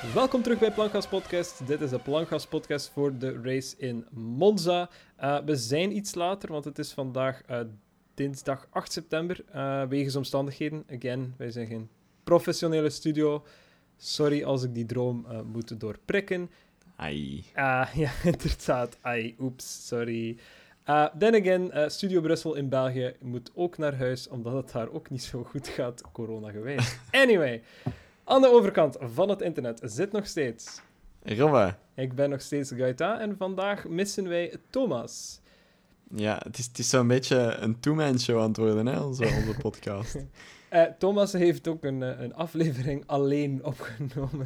Welkom terug bij Plankgas Podcast. Dit is de Plankgas Podcast voor de race in Monza. We zijn iets later, want het is vandaag dinsdag 8 september. Wegens omstandigheden. Again, wij zijn geen professionele studio. Sorry als ik die droom moet doorprikken. Ai. Ja, inderdaad. Ai, oeps, sorry. Then again, Studio Brussel in België moet ook naar huis, omdat het daar ook niet zo goed gaat, corona geweest. Anyway, aan de overkant van het internet zit nog steeds... Robbe. Ik ben nog steeds Gaëtan en vandaag missen wij Thomas. Ja, het is zo'n beetje een two-man-show aan het worden, hè, onze podcast. Thomas heeft ook een aflevering alleen opgenomen.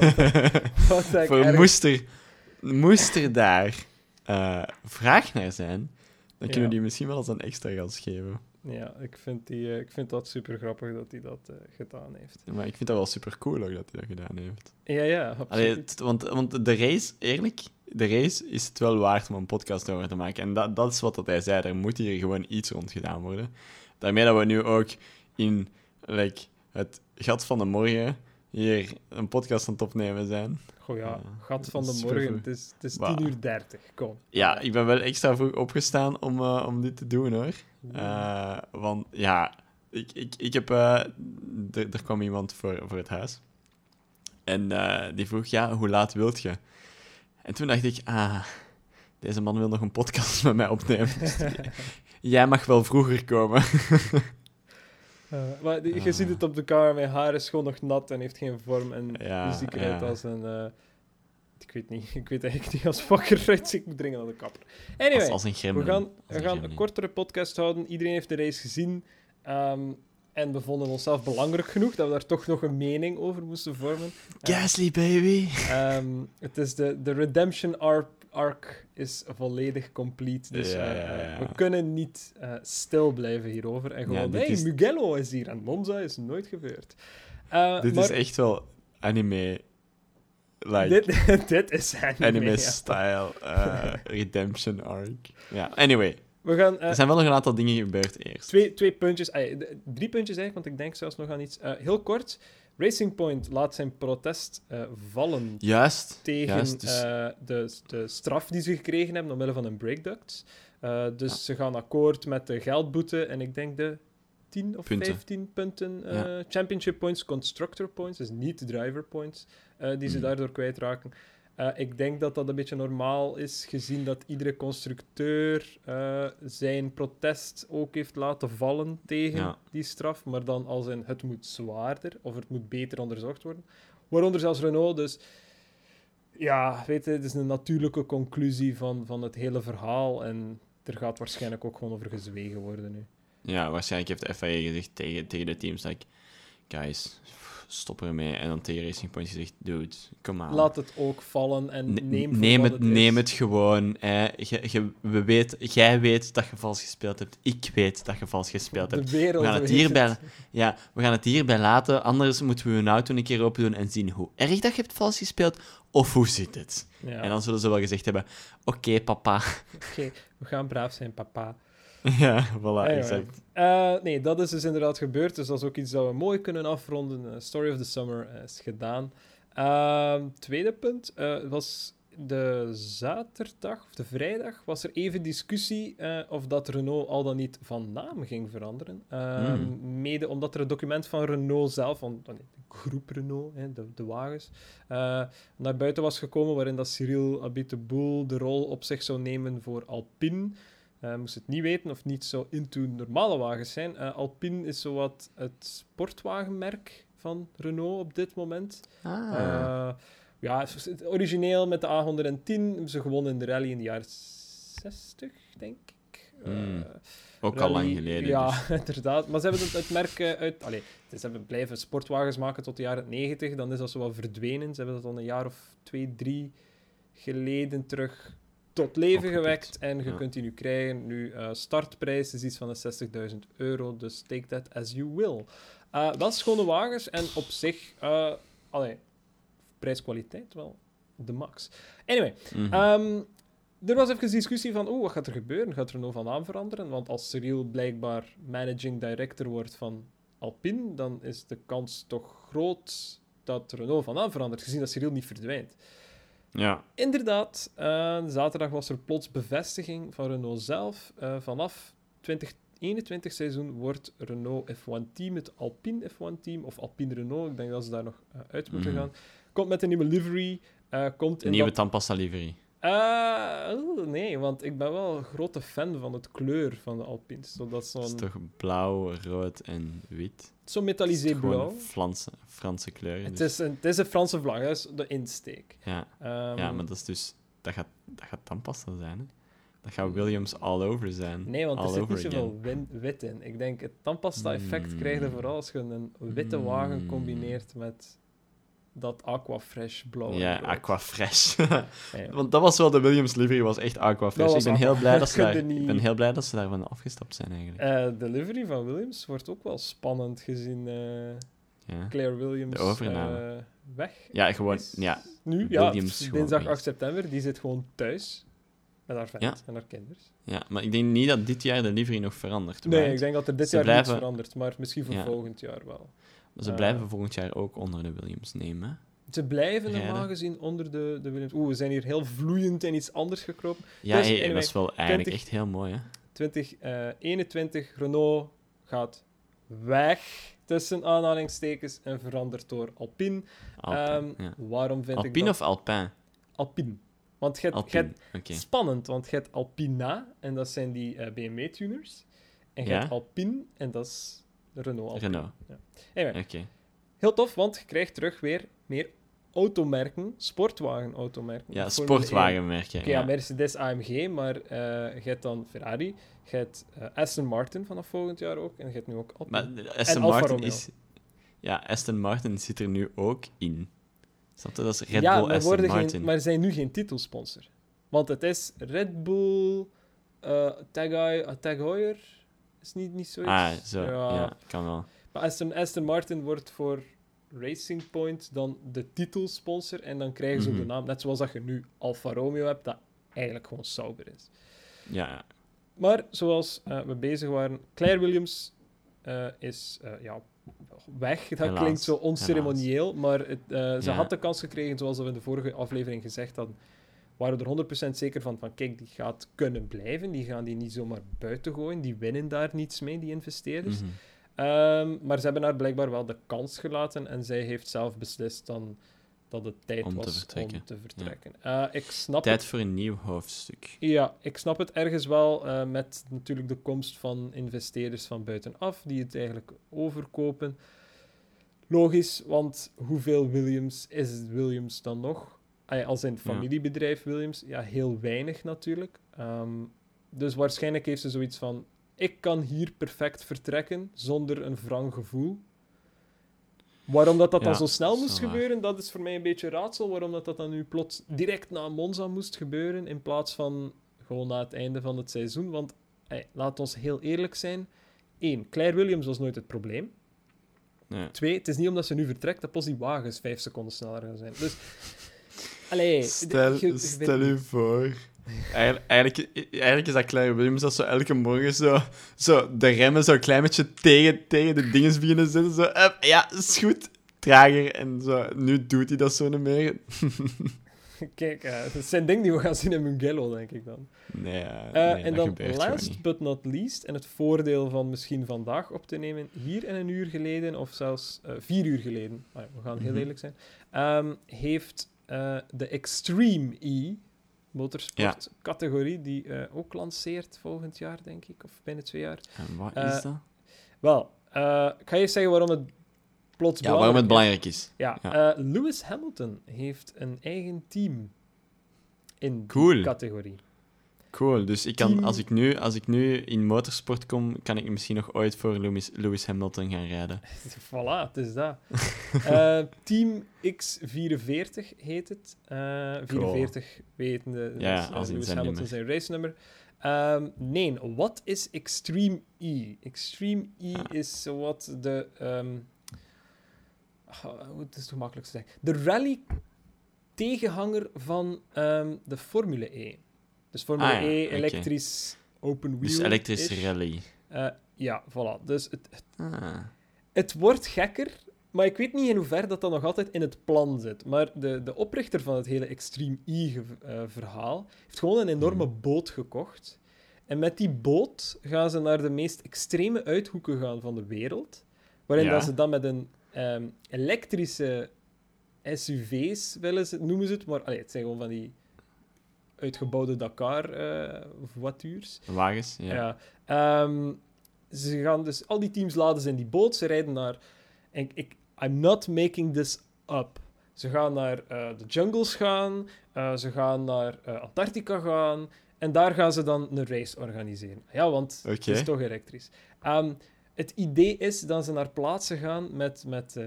Moest er daar vraag naar zijn, dan kunnen we die misschien wel eens een extra gas geven. Ja, ik vind dat super grappig dat hij dat gedaan heeft. Ja, maar ik vind dat wel super cool ook dat hij dat gedaan heeft. Ja, absoluut. Want de race, eerlijk, de race is het wel waard om een podcast over te maken. En dat is wat hij zei, er moet hier gewoon iets rond gedaan worden. Daarmee dat we nu ook in het gat van de morgen hier een podcast aan het opnemen zijn. Goh ja, gat van de morgen, het is 10:30, kom. Ja, ik ben wel extra vroeg opgestaan om dit te doen, hoor. Want ja, ik heb... er kwam iemand voor het huis. En die vroeg, ja, hoe laat wilt je? En toen dacht ik, deze man wil nog een podcast met mij opnemen. Dus jij mag wel vroeger komen. Maar je ziet het op de camera, mijn haar is gewoon nog nat en heeft geen vorm. En Ja, dus ik eruit als een... Ik weet eigenlijk niet als fucker eruit zie. Ik moet dringend naar de kapper. Anyway, als een gremlin. we gaan een kortere podcast houden. Iedereen heeft de race gezien. En we vonden onszelf belangrijk genoeg dat we daar toch nog een mening over moesten vormen. Gasly, baby! Het is de Redemption arc is volledig complete. Dus we kunnen niet stil blijven hierover. En gewoon, Mugello is hier en Monza is nooit gebeurd. Dit is echt wel anime... Dit is anime-style redemption arc. Ja, anyway. Er zijn wel nog een aantal dingen gebeurd eerst. Twee puntjes. 3 puntjes eigenlijk, want ik denk zelfs nog aan iets. Heel kort. Racing Point laat zijn protest vallen tegen de straf die ze gekregen hebben omwille van een breakduct. Ze gaan akkoord met de geldboete en ik denk de 10 of 15 punten championship points, constructor points, dus niet driver points, die ze daardoor kwijtraken. Ik denk dat dat een beetje normaal is, gezien dat iedere constructeur zijn protest ook heeft laten vallen tegen die straf, maar dan als in het moet zwaarder, of het moet beter onderzocht worden. Waaronder zelfs Renault, dus ja, weet je, het is een natuurlijke conclusie van het hele verhaal en er gaat waarschijnlijk ook gewoon over gezwegen worden nu. Ja, waarschijnlijk heeft de FIA gezegd tegen de teams, guys, stop ermee. En dan tegen Racing Point gezegd, dude, come on. Laat het ook vallen en neem het gewoon. Jij weet dat je vals gespeeld hebt. Ik weet dat je vals gespeeld hebt. We gaan het hierbij laten. Anders moeten we hun auto een keer open doen en zien hoe erg dat je hebt vals gespeeld. Of hoe zit het? Ja. En dan zullen ze wel gezegd hebben, oké, papa. Oké, we gaan braaf zijn, papa. Ja, voilà, exact. Nee, dat is dus inderdaad gebeurd. Dus dat is ook iets dat we mooi kunnen afronden. Story of the Summer is gedaan. Tweede punt was de zaterdag of de vrijdag was er even discussie of dat Renault al dan niet van naam ging veranderen. Mede omdat er een document van Renault zelf, van de groep Renault, de wagens, naar buiten was gekomen waarin dat Cyril Abiteboul de rol op zich zou nemen voor Alpine. Moest het niet weten of niet zo into normale wagens zijn. Alpine is zowat het sportwagenmerk van Renault op dit moment. Origineel met de A110. Ze gewonnen in de rally in de jaren 60, denk ik. Ook rally, al lang geleden. Ja, dus. inderdaad. Maar ze hebben het merk ze hebben blijven sportwagens maken tot de jaren 90. Dan is dat zo wat verdwenen. Ze hebben dat al een jaar of 2, 3 geleden terug tot leven gewekt en je kunt die nu krijgen. Nu, startprijs is iets van de €60.000, dus take that as you will. Wel schone wagens en op zich, prijs-kwaliteit wel de max. Anyway, er was even discussie van, wat gaat er gebeuren? Gaat Renault van naam veranderen? Want als Cyril blijkbaar managing director wordt van Alpine, dan is de kans toch groot dat Renault van naam verandert, gezien dat Cyril niet verdwijnt. Ja. Inderdaad, zaterdag was er plots bevestiging van Renault zelf. Vanaf 2021 seizoen wordt Renault F1-team, het Alpine F1-team, of Alpine Renault, ik denk dat ze daar nog uit moeten gaan. Komt met een nieuwe livery. Nieuwe tandpasta livery. Nee, want ik ben wel een grote fan van het kleur van de Alpines. Dat is toch blauw, rood en wit? Zo'n metallisé blauw. Franse kleur. Het is een Franse vlag, dat is de insteek. Ja, maar dat is dus... Dat gaat tandpasta zijn, hè? Dat gaat Williams all over zijn. Nee, want er zit niet zoveel wit in. Ik denk, het tandpasta-effect krijg je vooral als je een witte wagen combineert met dat Aquafresh blauw. Ja, Aquafresh. Want dat was wel de Williams livery, was echt Aquafresh. Ik ben heel blij dat ze daarvan afgestapt zijn, eigenlijk. De livery van Williams wordt ook wel spannend gezien Claire Williams weg. Ja, gewoon... Ja, nu, Williams dinsdag 8 september, die zit gewoon thuis. Met haar vent en haar kinderen. Ja, maar ik denk niet dat dit jaar de livery nog verandert. Nee, ik denk dat er dit jaar niets verandert, maar misschien voor volgend jaar wel. Maar ze blijven volgend jaar ook onder de Williams nemen. Ze blijven normaal gezien onder de Williams. We zijn hier heel vloeiend in iets anders gekropen. Ja, dus, dat is wel eigenlijk echt heel mooi, hè? 2021, Renault gaat weg, tussen aanhalingstekens, en verandert door Alpine. Waarom vind Alpine ik dat? Of Alpine? Alpine. Want je hebt spannend, want je hebt Alpina, en dat zijn die BMW-tuners. En je hebt Alpine, en dat is Renault Alpine. Ja. Anyway, heel tof, want je krijgt terug weer meer automerken, sportwagen-automerken. Ja, sportwagenmerken. Ja, Mercedes AMG, maar je hebt dan Ferrari, je hebt Aston Martin vanaf volgend jaar ook, en je hebt nu ook Alpine. Maar Aston Martin is... Ja, Aston Martin zit er nu ook in. Snap je? Dat is Red Bull Aston Martin. Maar ze zijn nu geen titelsponsor. Want het is Red Bull, Tag Heuer, is niet zoiets. Ja, kan wel. Maar Aston Martin wordt voor Racing Point dan de titelsponsor en dan krijgen ze ook de naam. Net zoals dat je nu Alfa Romeo hebt, dat eigenlijk gewoon Sauber is. Ja. Maar zoals we bezig waren, Claire Williams is weg. Dat klinkt zo onceremonieel, maar ze had de kans gekregen, zoals we in de vorige aflevering gezegd hadden. Waren we er 100% zeker van, kijk, die gaat kunnen blijven. Die gaan die niet zomaar buiten gooien. Die winnen daar niets mee, die investeerders. Maar ze hebben haar blijkbaar wel de kans gelaten en zij heeft zelf beslist dan dat het tijd was om te vertrekken. Ja. Ik snap tijd voor een nieuw hoofdstuk. Ja, ik snap het ergens wel met natuurlijk de komst van investeerders van buitenaf die het eigenlijk overkopen. Logisch, want hoeveel Williams is het Williams dan nog? Als een familiebedrijf Williams, heel weinig natuurlijk. Dus waarschijnlijk heeft ze zoiets van, ik kan hier perfect vertrekken zonder een wrang gevoel. Waarom dat dan zo snel moest gebeuren, dat is voor mij een beetje raadsel. Waarom dat dan nu plots direct na Monza moest gebeuren, in plaats van gewoon na het einde van het seizoen. Want, laat ons heel eerlijk zijn. 1, Claire Williams was nooit het probleem. Nee. 2, het is niet omdat ze nu vertrekt dat pas die wagens 5 seconden sneller gaan zijn. Dus, stel je voor... Eigenlijk is dat Claire Williams dat zo elke morgen zo de remmen zo een klein beetje tegen de dingen beginnen zetten. Zo, is goed. Trager. En zo. Nu doet hij dat zo niet meer. Kijk, dat zijn dingen die we gaan zien in Mugello, denk ik dan. Nee, en dan last but not least, en het voordeel van misschien vandaag op te nemen, hier en 1 uur geleden, of zelfs 4 uur geleden, maar we gaan heel eerlijk zijn, heeft de Extreme E motorsport-categorie, die ook lanceert volgend jaar, denk ik, of binnen 2 jaar. En wat is dat? Wel, ik ga je zeggen waarom het plots belangrijk is. Lewis Hamilton heeft een eigen team in die categorie. Cool, dus ik kan, als ik nu in motorsport kom, kan ik misschien nog ooit voor Lewis Hamilton gaan rijden. Voilà, het is dat. Team X44 heet het. 44 wetende, als Lewis Hamilton zijn race-nummer. Nee, wat is Extreme E? Extreme E is zowat de... het is toch makkelijk te zeggen. De rally-tegenhanger van de Formule E. Dus Formule E, elektrisch, open wheel. Dus elektrisch rally. Ja, voilà. Dus het wordt gekker, Maar ik weet niet in hoeverre dat nog altijd in het plan zit. Maar de oprichter van het hele Extreme E-verhaal heeft gewoon een enorme boot gekocht. En met die boot gaan ze naar de meest extreme uithoeken gaan van de wereld. Waarin dat ze dan met een elektrische SUV's noemen ze het. Maar het zijn gewoon van die uitgebouwde Dakar-voitures. Wagens, ja. Ze gaan dus... Al die teams laden ze in die boot. Ze rijden naar... I'm not making this up. Ze gaan naar de jungles gaan. Ze gaan naar Antarctica gaan. En daar gaan ze dan een race organiseren. Ja, want het is toch elektrisch. Het idee is dat ze naar plaatsen gaan met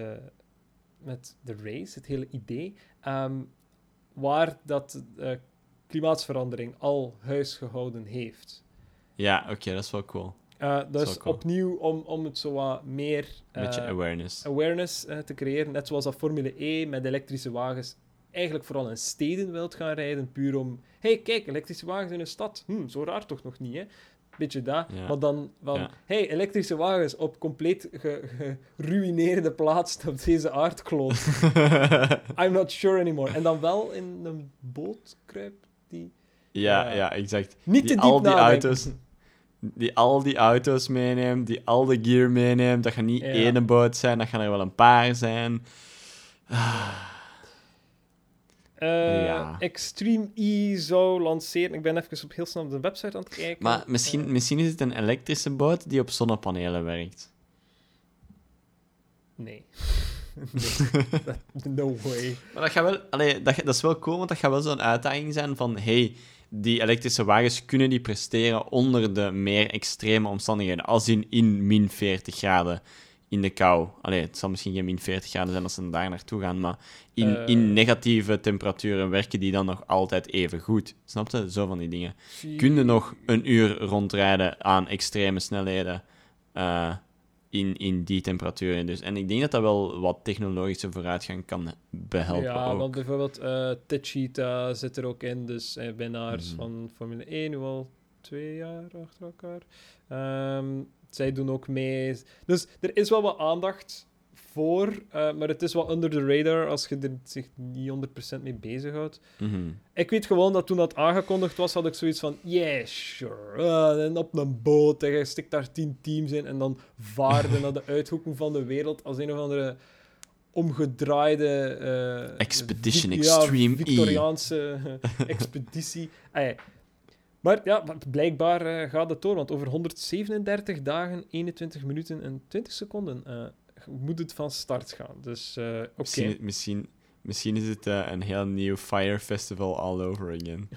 de race, het hele idee, waar dat klimaatsverandering al huisgehouden heeft. Ja, oké, dat is wel cool. Dus cool. Opnieuw om het zo wat meer... Een beetje awareness te creëren. Net zoals dat Formule E met elektrische wagens eigenlijk vooral in steden wilt gaan rijden, puur om... Hey, kijk, elektrische wagens in een stad. Zo raar toch nog niet, hè? Beetje dat. Ja. Maar dan van... Hey, elektrische wagens op compleet geruïneerde plaats op deze aardkloot. I'm not sure anymore. En dan wel in een boot kruipt die... Ja, exact. Niet te diep nadenken. Die al die auto's meeneemt, die al de gear meeneemt. Dat gaat niet één boot zijn, dat gaan er wel een paar zijn. Extreme E zou lanceren... Ik ben even heel snel op de website aan het kijken. Maar misschien is het een elektrische boot die op zonnepanelen werkt. Nee. No way. Maar dat gaat wel... dat is wel cool, want dat gaat wel zo'n uitdaging zijn van... Hey, die elektrische wagens kunnen die presteren onder de meer extreme omstandigheden. Als in min 40 graden in de kou. Het zal misschien geen min 40 graden zijn als ze daar naartoe gaan, maar in negatieve temperaturen werken die dan nog altijd even goed. Snap je? Zo van die dingen. Kun je nog een uur rondrijden aan extreme snelheden in die temperaturen dus. En ik denk dat dat wel wat technologische vooruitgang kan behelpen. Ja, ook. want bijvoorbeeld Techeetah zit er ook in, dus winnaars van Formule 1 nu al 2 jaar achter elkaar. Zij doen ook mee. Dus er is wel wat aandacht voor, maar het is wel under the radar als je er zich niet 100% mee bezighoudt. Ik weet gewoon dat toen dat aangekondigd was, had ik zoiets van, yeah, sure. En op een boot, en je stikt daar 10 teams in, en dan vaarden naar de uithoeken van de wereld als een of andere omgedraaide... Expedition Extreme Victoriaanse expeditie. Maar ja, blijkbaar gaat het door, want over 137 dagen, 21 minuten en 20 seconden moet het van start gaan. Dus, oké. Misschien is het een heel nieuw Fire Festival all over again.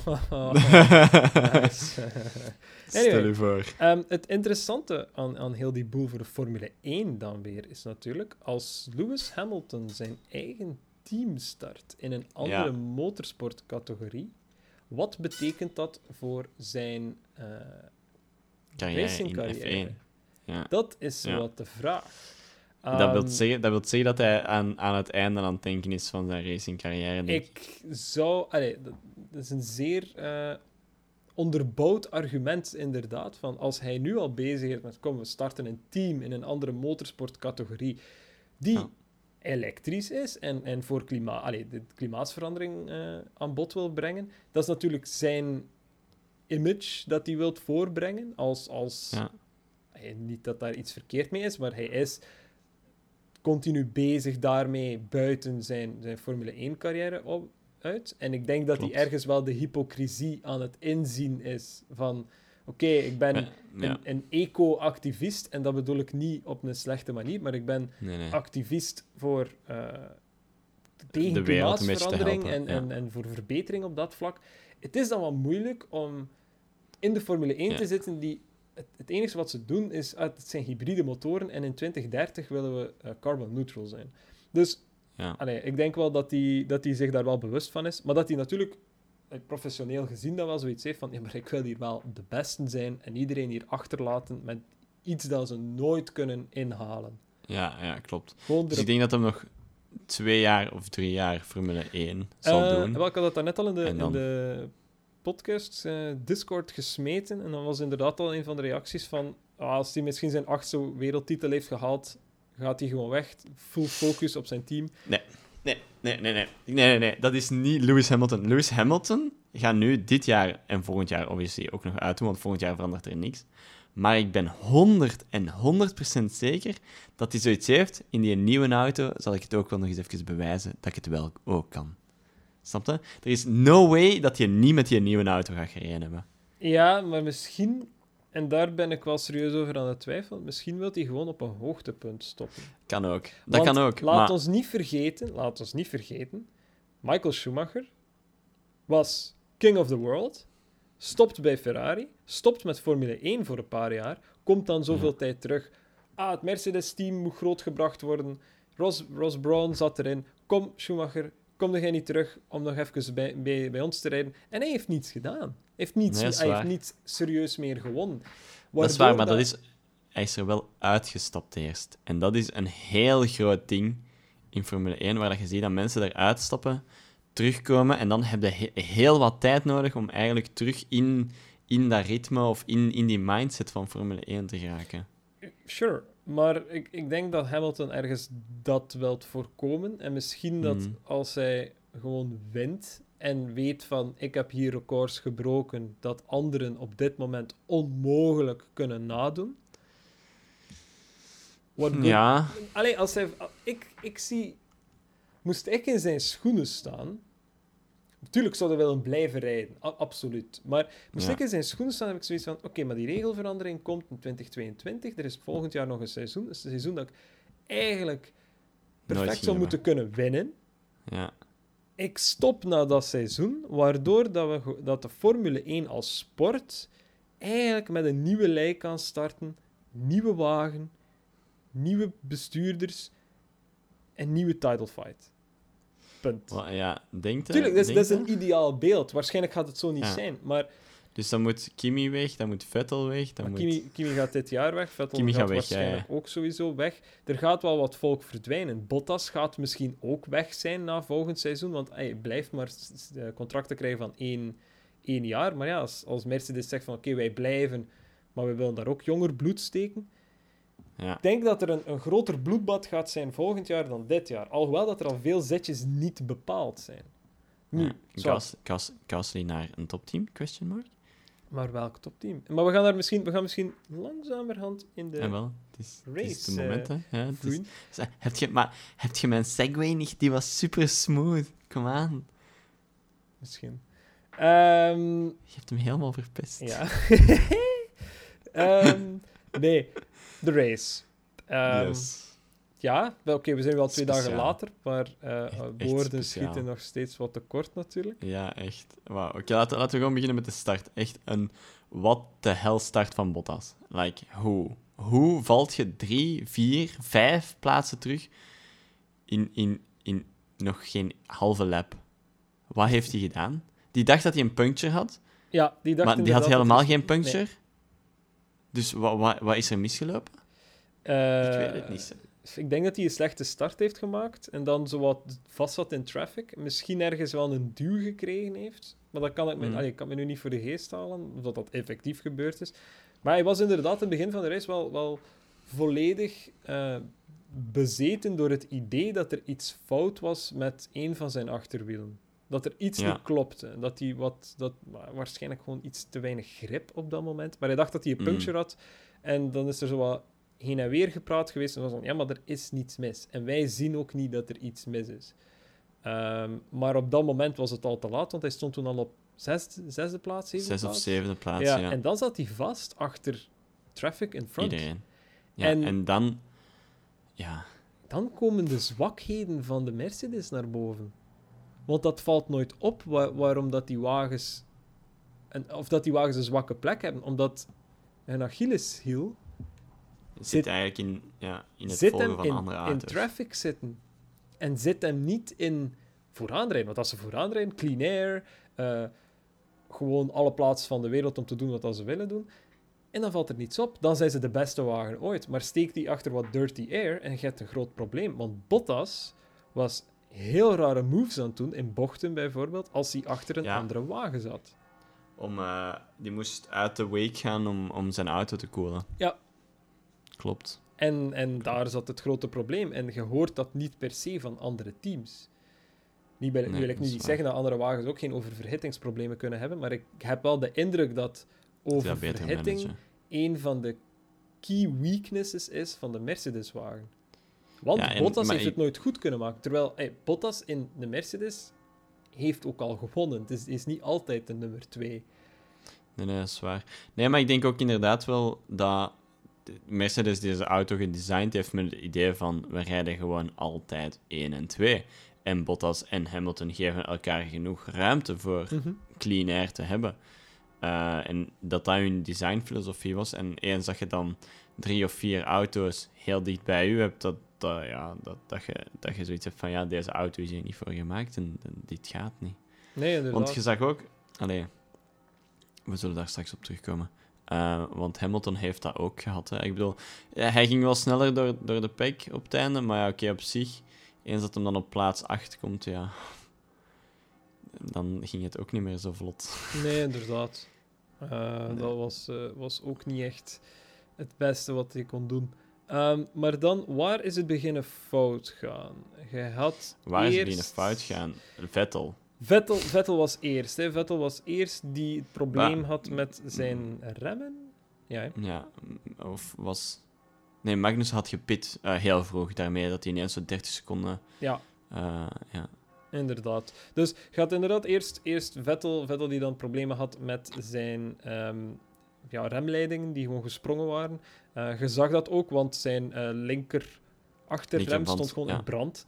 Stel je voor. Het interessante aan heel die boel voor de Formule 1 dan weer is natuurlijk, als Lewis Hamilton zijn eigen team start in een andere motorsportcategorie, wat betekent dat voor zijn racingcarrière? Ja. Dat is wat de vraag. Dat wil zeggen dat hij aan het einde aan het denken is van zijn racingcarrière. Ik zou... dat is een zeer onderbouwd argument, inderdaad. Van als hij nu al bezig is met... Kom, we starten een team in een andere motorsportcategorie die elektrisch is en voor de klimaatsverandering aan bod wil brengen. Dat is natuurlijk zijn image dat hij wil voorbrengen. Niet dat daar iets verkeerd mee is, maar hij is continu bezig daarmee buiten zijn Formule 1-carrière uit. En ik denk dat hij ergens wel de hypocrisie aan het inzien is van... Oké, ik ben een eco-activist, en dat bedoel ik niet op een slechte manier, maar ik ben activist voor tegen klimaatsverandering en voor verbetering op dat vlak. Het is dan wel moeilijk om in de Formule 1 te zitten. Het enige wat ze doen is, het zijn hybride motoren en in 2030 willen we carbon neutral zijn. Dus ik denk wel dat hij zich daar wel bewust van is, maar dat hij natuurlijk professioneel gezien dat wel zoiets heeft van, maar ik wil hier wel de beste zijn en iedereen hier achterlaten met iets dat ze nooit kunnen inhalen. Ja, klopt. Dus ik denk dat hem nog 2 jaar of 3 jaar Formule 1 zal doen. Ik had dat daarnet al in de podcast Discord gesmeten en dan was inderdaad al een van de reacties van als hij misschien zijn 8e wereldtitel heeft gehaald, Gaat hij gewoon weg, full focus op zijn team? Nee. Dat is niet Lewis Hamilton. Lewis Hamilton gaat nu dit jaar en volgend jaar obviously ook nog uitdoen, want volgend jaar verandert er niks. Maar ik ben 100% zeker dat hij zoiets heeft. In die nieuwe auto zal ik het ook wel nog eens even bewijzen dat ik het wel ook kan. Snap je? Er is no way dat je niet met die nieuwe auto gaat gereden hebben. Ja, maar misschien, en daar ben ik wel serieus over aan het twijfelen, misschien wil hij gewoon op een hoogtepunt stoppen. Kan ook. Dat kan ook. Laat ons niet vergeten, Michael Schumacher was king of the world, stopt bij Ferrari, stopt met Formule 1 voor een paar jaar, komt dan zoveel tijd terug. Het Mercedes-team moet grootgebracht worden. Ross Brown zat erin. Kom, Schumacher, kom jij niet terug om nog even bij ons te rijden? En hij heeft niets gedaan. Hij heeft niet serieus meer gewonnen. Dat is waar, maar hij is er wel uitgestapt eerst. En dat is een heel groot ding in Formule 1, waar je ziet dat mensen eruit stappen, terugkomen, en dan heb je heel wat tijd nodig om eigenlijk terug in dat ritme of in die mindset van Formule 1 te geraken. Sure, maar ik denk dat Hamilton ergens dat wilt voorkomen. En misschien dat als hij gewoon wint en weet van ik heb hier records gebroken dat anderen op dit moment onmogelijk kunnen nadoen. Ja. Allee, als hij... Ik zie... Moest ik in zijn schoenen staan... Natuurlijk zou hij willen blijven rijden, absoluut. Maar moest ik in zijn schoenen staan, heb ik zoiets van... Oké, maar die regelverandering komt in 2022. Er is volgend jaar nog een seizoen. Een seizoen dat ik eigenlijk perfect zou moeten kunnen winnen. Ja. Ik stop na dat seizoen, waardoor dat de Formule 1 als sport eigenlijk met een nieuwe lei kan starten. Nieuwe wagen, nieuwe bestuurders en nieuwe title fight. Punt. Well, ja, denk je? Tuurlijk, dat is een ideaal beeld. Waarschijnlijk gaat het zo niet zijn, maar... Dus dan moet Kimi weg, dan moet Vettel weg. Kimi gaat dit jaar weg, Vettel gaat waarschijnlijk ook sowieso weg. Er gaat wel wat volk verdwijnen. Bottas gaat misschien ook weg zijn na volgend seizoen, want hij blijft maar contracten krijgen van één jaar. Maar ja, als Mercedes zegt van oké, wij blijven, maar we willen daar ook jonger bloed steken. Ja. Ik denk dat er een groter bloedbad gaat zijn volgend jaar dan dit jaar. Alhoewel dat er al veel zetjes niet bepaald zijn. Nu, Gasly naar een topteam? Question mark? Maar welk topteam? Maar we gaan misschien langzamerhand in de race. Het is de moment, hè? Ja, heb je mijn segway niet? Die was super smooth. Kom aan. Misschien. Je hebt hem helemaal verpest. Ja. Nee, de race. Yes. Ja, oké, we zijn wel 2 dagen later, maar woorden speciaal. schieten nog steeds wat tekort natuurlijk. Ja, echt. Wow. Oké, laten we gewoon beginnen met de start. Echt een what the hell start van Bottas. Like, hoe valt je 3, 4, 5 plaatsen terug in nog geen halve lap? Wat heeft hij gedaan? Die dacht dat hij een puncture had. Ja, maar die had helemaal geen puncture. Nee. Dus wat is er misgelopen? Ik weet het niet. Ik denk dat hij een slechte start heeft gemaakt en dan zo wat vast zat in traffic. Misschien ergens wel een duw gekregen heeft. Maar dat kan ik kan me nu niet voor de geest halen, of dat effectief gebeurd is. Maar hij was inderdaad in het begin van de race wel volledig bezeten door het idee dat er iets fout was met een van zijn achterwielen. Dat er iets niet klopte. Dat hij waarschijnlijk gewoon iets te weinig grip op dat moment. Maar hij dacht dat hij een puncture had. En dan is er zo wat heen en weer gepraat geweest. En was van, ja, maar er is niets mis. En wij zien ook niet dat er iets mis is. Maar op dat moment was het al te laat. Want hij stond toen al op zesde plaats. 6 of 7e plaats, ja. En dan zat hij vast achter traffic in front. Iedereen. Ja, en dan... Ja. Dan komen de zwakheden van de Mercedes naar boven. Want dat valt nooit op waarom dat die wagens... Of dat die wagens een zwakke plek hebben. Omdat hun Achilleshiel... Zit eigenlijk in het volgen van andere auto's. In traffic zitten. En zit hem niet in vooraanrijden. Want als ze vooraanrijden, clean air... gewoon alle plaatsen van de wereld om te doen wat ze willen doen. En dan valt er niets op. Dan zijn ze de beste wagen ooit. Maar steek die achter wat dirty air en je hebt een groot probleem. Want Bottas was heel rare moves aan het doen, in bochten bijvoorbeeld, als hij achter een andere wagen zat. Die moest uit de wake gaan om zijn auto te koelen. Ja. Klopt. En daar zat het grote probleem. En je hoort dat niet per se van andere teams. Nu wil ik niet zeggen dat andere wagens ook geen oververhittingsproblemen kunnen hebben, maar ik heb wel de indruk dat oververhitting een van de key weaknesses is van de Mercedes-wagen. Want Bottas heeft het nooit goed kunnen maken. Terwijl Bottas in de Mercedes heeft ook al gewonnen. Het is niet altijd de nummer 2. Nee, dat is waar. Nee, maar ik denk ook inderdaad wel dat Mercedes deze auto gedesigned heeft met het idee van we rijden gewoon altijd 1 en 2. En Bottas en Hamilton geven elkaar genoeg ruimte voor clean air te hebben. En dat hun designfilosofie was. En eens dat je dan 3 of 4 auto's heel dicht bij je hebt, dat je zoiets hebt van ja, deze auto is hier niet voor gemaakt en dit gaat niet. Nee, inderdaad. Want je zag ook... we zullen daar straks op terugkomen. Want Hamilton heeft dat ook gehad. Hè. Ik bedoel, hij ging wel sneller door de pack op het einde, maar ja, oké, op zich... Eens dat hem dan op plaats 8 komt, ja... Dan ging het ook niet meer zo vlot. Nee, inderdaad. Dat was ook niet echt het beste wat hij kon doen. Maar dan, waar is het beginnen fout gaan? Waar is het beginnen fout gaan? Vettel was eerst. Hè. Vettel was eerst die het probleem had met zijn remmen. Ja, hè? Ja, of was... Nee, Magnus had gepit heel vroeg daarmee, dat hij ineens zo 30 seconden... Ja. Ja. Inderdaad. Dus gaat inderdaad eerst Vettel die dan problemen had met zijn remleidingen, die gewoon gesprongen waren. Je zag dat ook, want zijn linker achterrem stond gewoon in brand.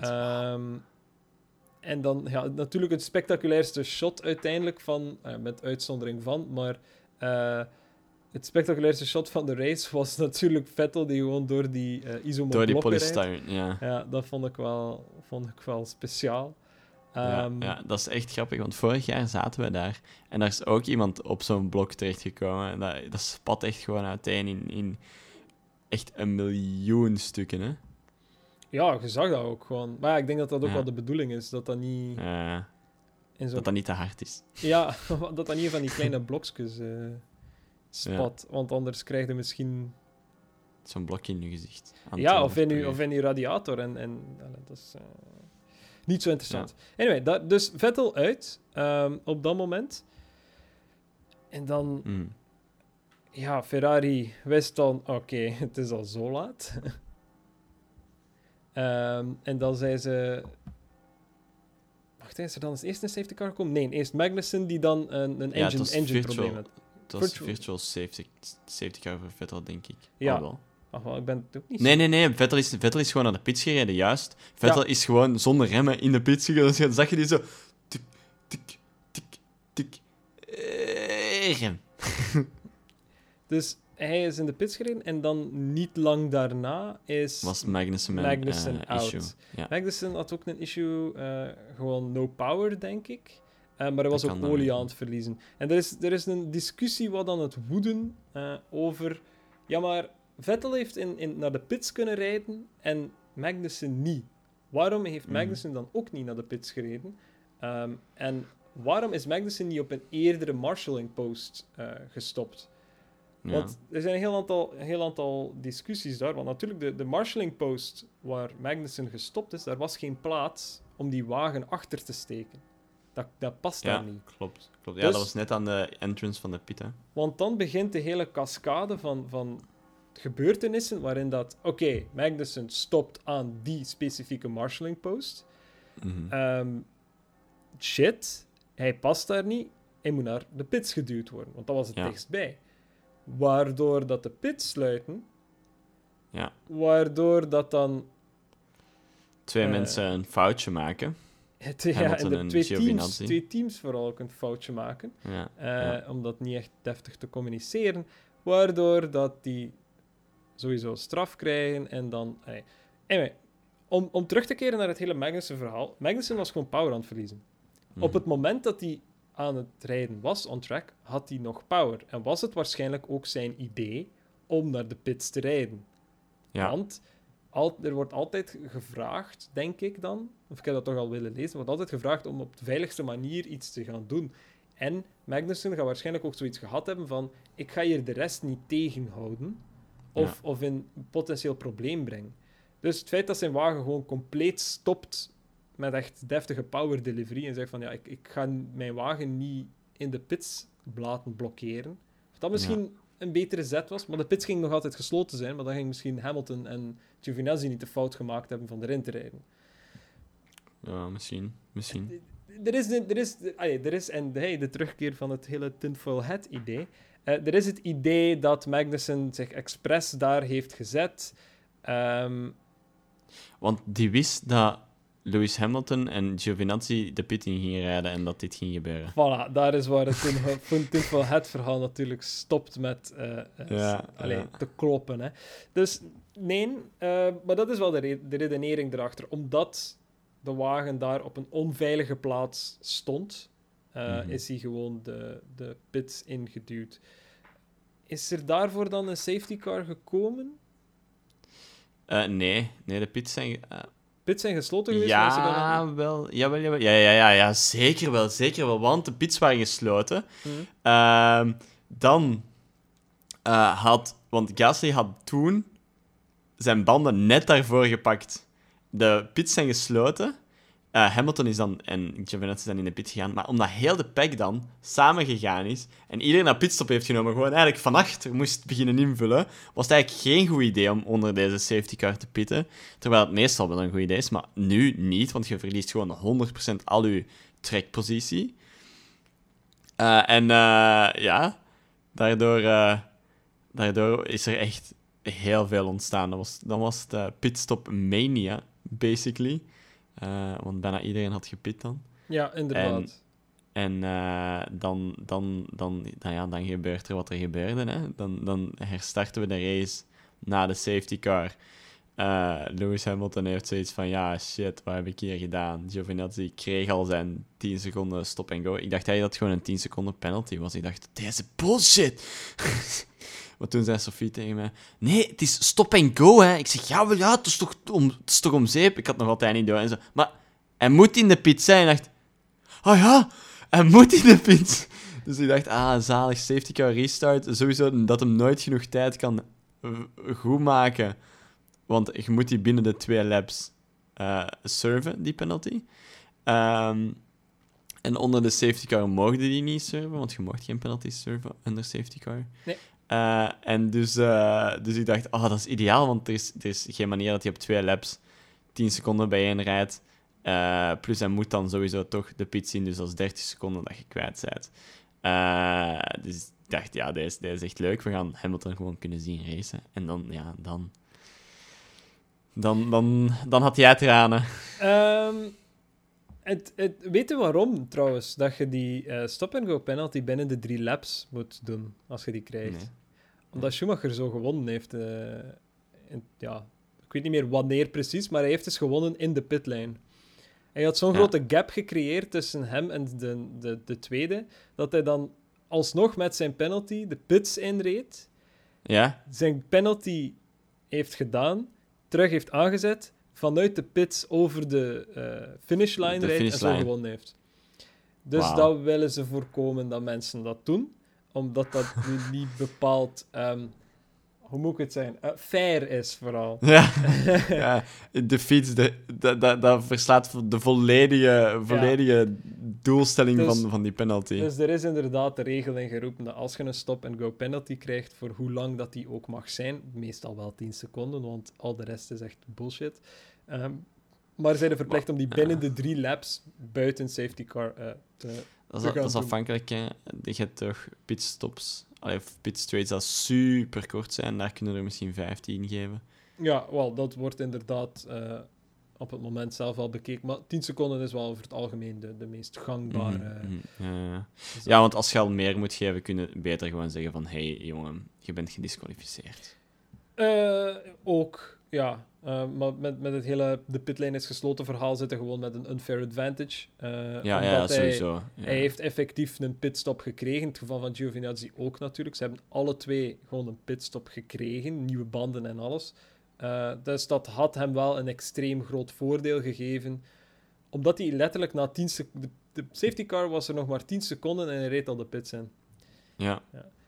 En dan natuurlijk het spectaculairste shot uiteindelijk van, met uitzondering van, maar het spectaculairste shot van de race was natuurlijk Vettel die gewoon door die isomoblokken rijdt. Door die polystyrene, ja. Ja, dat vond ik wel speciaal. Ja, dat is echt grappig, want vorig jaar zaten we daar en daar is ook iemand op zo'n blok terechtgekomen. En dat spat echt gewoon uiteen in echt 1 miljoen stukken, hè. Ja, je zag dat ook gewoon. Maar ja, ik denk dat dat ook wel de bedoeling is, dat dat niet... dat dat niet te hard is. Ja, dat dat niet van die kleine blokjes spat, want anders krijg je misschien... Zo'n blokje in je gezicht. Ja, of in je radiator. En dat is niet zo interessant. Ja. Anyway, dus Vettel uit op dat moment. En dan... Ja, Ferrari wist dan... Oké, het is al zo laat. En dan zei ze... Wacht, is er dan eerst een safety car gekomen? Nee, eerst Magnussen die dan een engine probleem had. Het was virtual safety car voor Vettel, denk ik. Ja. Wel. Ach, wel, ik ben het ook niet Nee. Vettel is gewoon naar de pits gereden, juist. Vettel is gewoon zonder remmen in de pits gegaan. Dus dan zag je die zo... Tik, tik, tik, tik. Rem. Dus hij is in de pits gereden en dan niet lang daarna was Magnussen out. Issue. Ja. Magnussen had ook een issue, gewoon no power, denk ik. Maar hij was ook olie aan het verliezen. En er is een discussie wat aan het woeden over... Ja, maar Vettel heeft naar de pits kunnen rijden en Magnussen niet. Waarom heeft Magnussen dan ook niet naar de pits gereden? En waarom is Magnussen niet op een eerdere marshalling post gestopt? Ja. Want er zijn een heel aantal discussies daar. Want natuurlijk, de marshalling post waar Magnussen gestopt is, daar was geen plaats om die wagen achter te steken. Dat past daar niet. Klopt. Ja, dus, dat was net aan de entrance van de pit, hè. Want dan begint de hele cascade van gebeurtenissen waarin dat... Oké, Magnussen stopt aan die specifieke marshalling post. Shit, hij past daar niet. Hij moet naar de pits geduwd worden, want dat was het dichtstbij. Waardoor dat de pits sluiten. Ja. Waardoor dat dan... Twee mensen een foutje maken. En de twee teams vooral ook een foutje maken. Om dat niet echt deftig te communiceren. Waardoor dat die sowieso straf krijgen en dan... Anyway, om terug te keren naar het hele Magnussen-verhaal. Magnussen was gewoon power aan het verliezen. Op het moment dat hij aan het rijden was, on track, had hij nog power. En was het waarschijnlijk ook zijn idee om naar de pits te rijden. Ja. Want er wordt altijd gevraagd, denk ik dan, of ik heb dat toch al willen lezen, wordt altijd gevraagd om op de veiligste manier iets te gaan doen. En Magnussen gaat waarschijnlijk ook zoiets gehad hebben van, ik ga hier de rest niet tegenhouden, of in een potentieel probleem brengt. Dus het feit dat zijn wagen gewoon compleet stopt met echt deftige power delivery en zegt van, ja, ik ga mijn wagen niet in de pits laten blokkeren. Of dat misschien een betere zet was, maar de pits ging nog altijd gesloten zijn, maar dan ging misschien Hamilton en Giovinazzi niet de fout gemaakt hebben van erin te rijden. Ja, misschien. Er is de terugkeer van het hele tinfoil hat idee. Er is het idee dat Magnussen zich expres daar heeft gezet. Want die wist dat Lewis Hamilton en Giovinazzi de pit in gingen rijden en dat dit ging gebeuren. Voilà, daar is waar het tinfoil hat verhaal natuurlijk stopt met te kloppen. Hè. Dus nee, maar dat is wel de redenering erachter. Omdat de wagen daar op een onveilige plaats stond, is hij gewoon de pits ingeduwd. Is er daarvoor dan een safety car gekomen? Nee, de pits zijn... Pits zijn gesloten geweest? Jawel. Ja, zeker wel. Want de pits waren gesloten. Dan want Gasly had toen zijn banden net daarvoor gepakt. De pits zijn gesloten. Hamilton is dan en Giovinazzi zijn in de pit gegaan. Maar omdat heel de pack dan samen gegaan is en iedereen naar pitstop heeft genomen, gewoon eigenlijk van achter moest beginnen invullen, was het eigenlijk geen goed idee om onder deze safety car te pitten. Terwijl het meestal wel een goed idee is, maar nu niet, want je verliest gewoon 100% al je trekpositie. Daardoor is er echt heel veel ontstaan. Dan was het pitstop mania, basically. Want bijna iedereen had gepit dan. Ja, inderdaad. En dan gebeurt er wat er gebeurde. Hè. Dan herstarten we de race na de safety car. Lewis Hamilton heeft zoiets van, ja, shit, wat heb ik hier gedaan? Giovinazzi kreeg al zijn 10 seconden stop and go. Ik dacht dat het gewoon een 10 seconden penalty was. Ik dacht, deze bullshit! Maar toen zei Sophie tegen mij, nee, het is stop and go, hè. Ik zeg, ja, het is toch om zeep? Ik had nog altijd niet door. En zo, maar hij moet in de pit zijn. Ik dacht, oh ja, hij moet in de pit. Dus ik dacht, zalig, safety car restart. Sowieso dat hem nooit genoeg tijd kan goedmaken. Want je moet die binnen de 2 laps serven, die penalty. En onder de safety car mochten die niet serven, want je mocht geen penalty serven onder safety car. Nee. En dus ik dacht, dat is ideaal, want er is geen manier dat hij op 2 laps 10 seconden bijeen rijdt. Plus hij moet dan sowieso toch de pit zien, dus dat is 30 seconden dat je kwijt bent. Dus ik dacht, ja, deze is echt leuk. We gaan Hamilton gewoon kunnen zien racen. En dan had jij tranen. Weet je waarom, trouwens, dat je die stop-and-go penalty binnen de 3 laps moet doen, als je die krijgt? Nee. Omdat Schumacher zo gewonnen heeft. Ik weet niet meer wanneer precies, maar hij heeft dus gewonnen in de pitlane. Hij had zo'n grote gap gecreëerd tussen hem en de tweede, dat hij dan alsnog met zijn penalty de pits inreed. Ja. Zijn penalty heeft gedaan, terug heeft aangezet, vanuit de pits over de finishlijn rijdt en zo gewonnen heeft. Dus dat willen ze voorkomen dat mensen dat doen, omdat dat nu niet bepaald, hoe moet ik het zijn, fair is vooral. Ja, de fiets, dat verslaat de volledige doelstelling van die penalty. Dus er is inderdaad de regel in geroepen dat als je een stop-and-go penalty krijgt, voor hoe lang dat die ook mag zijn, meestal wel 10 seconden, want al de rest is echt bullshit. Maar zijn er verplicht om die binnen de 3 laps buiten safety car te dat is afhankelijk, hè. Je hebt toch pitstops, of pitstraights dat super kort zijn, daar kunnen er misschien 15 geven. Ja, wel, dat wordt inderdaad op het moment zelf al bekeken. Maar 10 seconden is wel over het algemeen de meest gangbare. Ja, want als je al meer moet geven, kun je beter gewoon zeggen van, hey, jongen, je bent gedisqualificeerd. Ook, ja. Maar met het hele de pitlane is gesloten verhaal zitten gewoon met een unfair advantage. Sowieso. Hij heeft effectief een pitstop gekregen. In het geval van Giovinazzi ook natuurlijk. Ze hebben alle twee gewoon een pitstop gekregen. Nieuwe banden en alles. Dus dat had hem wel een extreem groot voordeel gegeven. Omdat hij letterlijk na 10 seconden... De safety car was er nog maar 10 seconden en hij reed al de pits in. Ja.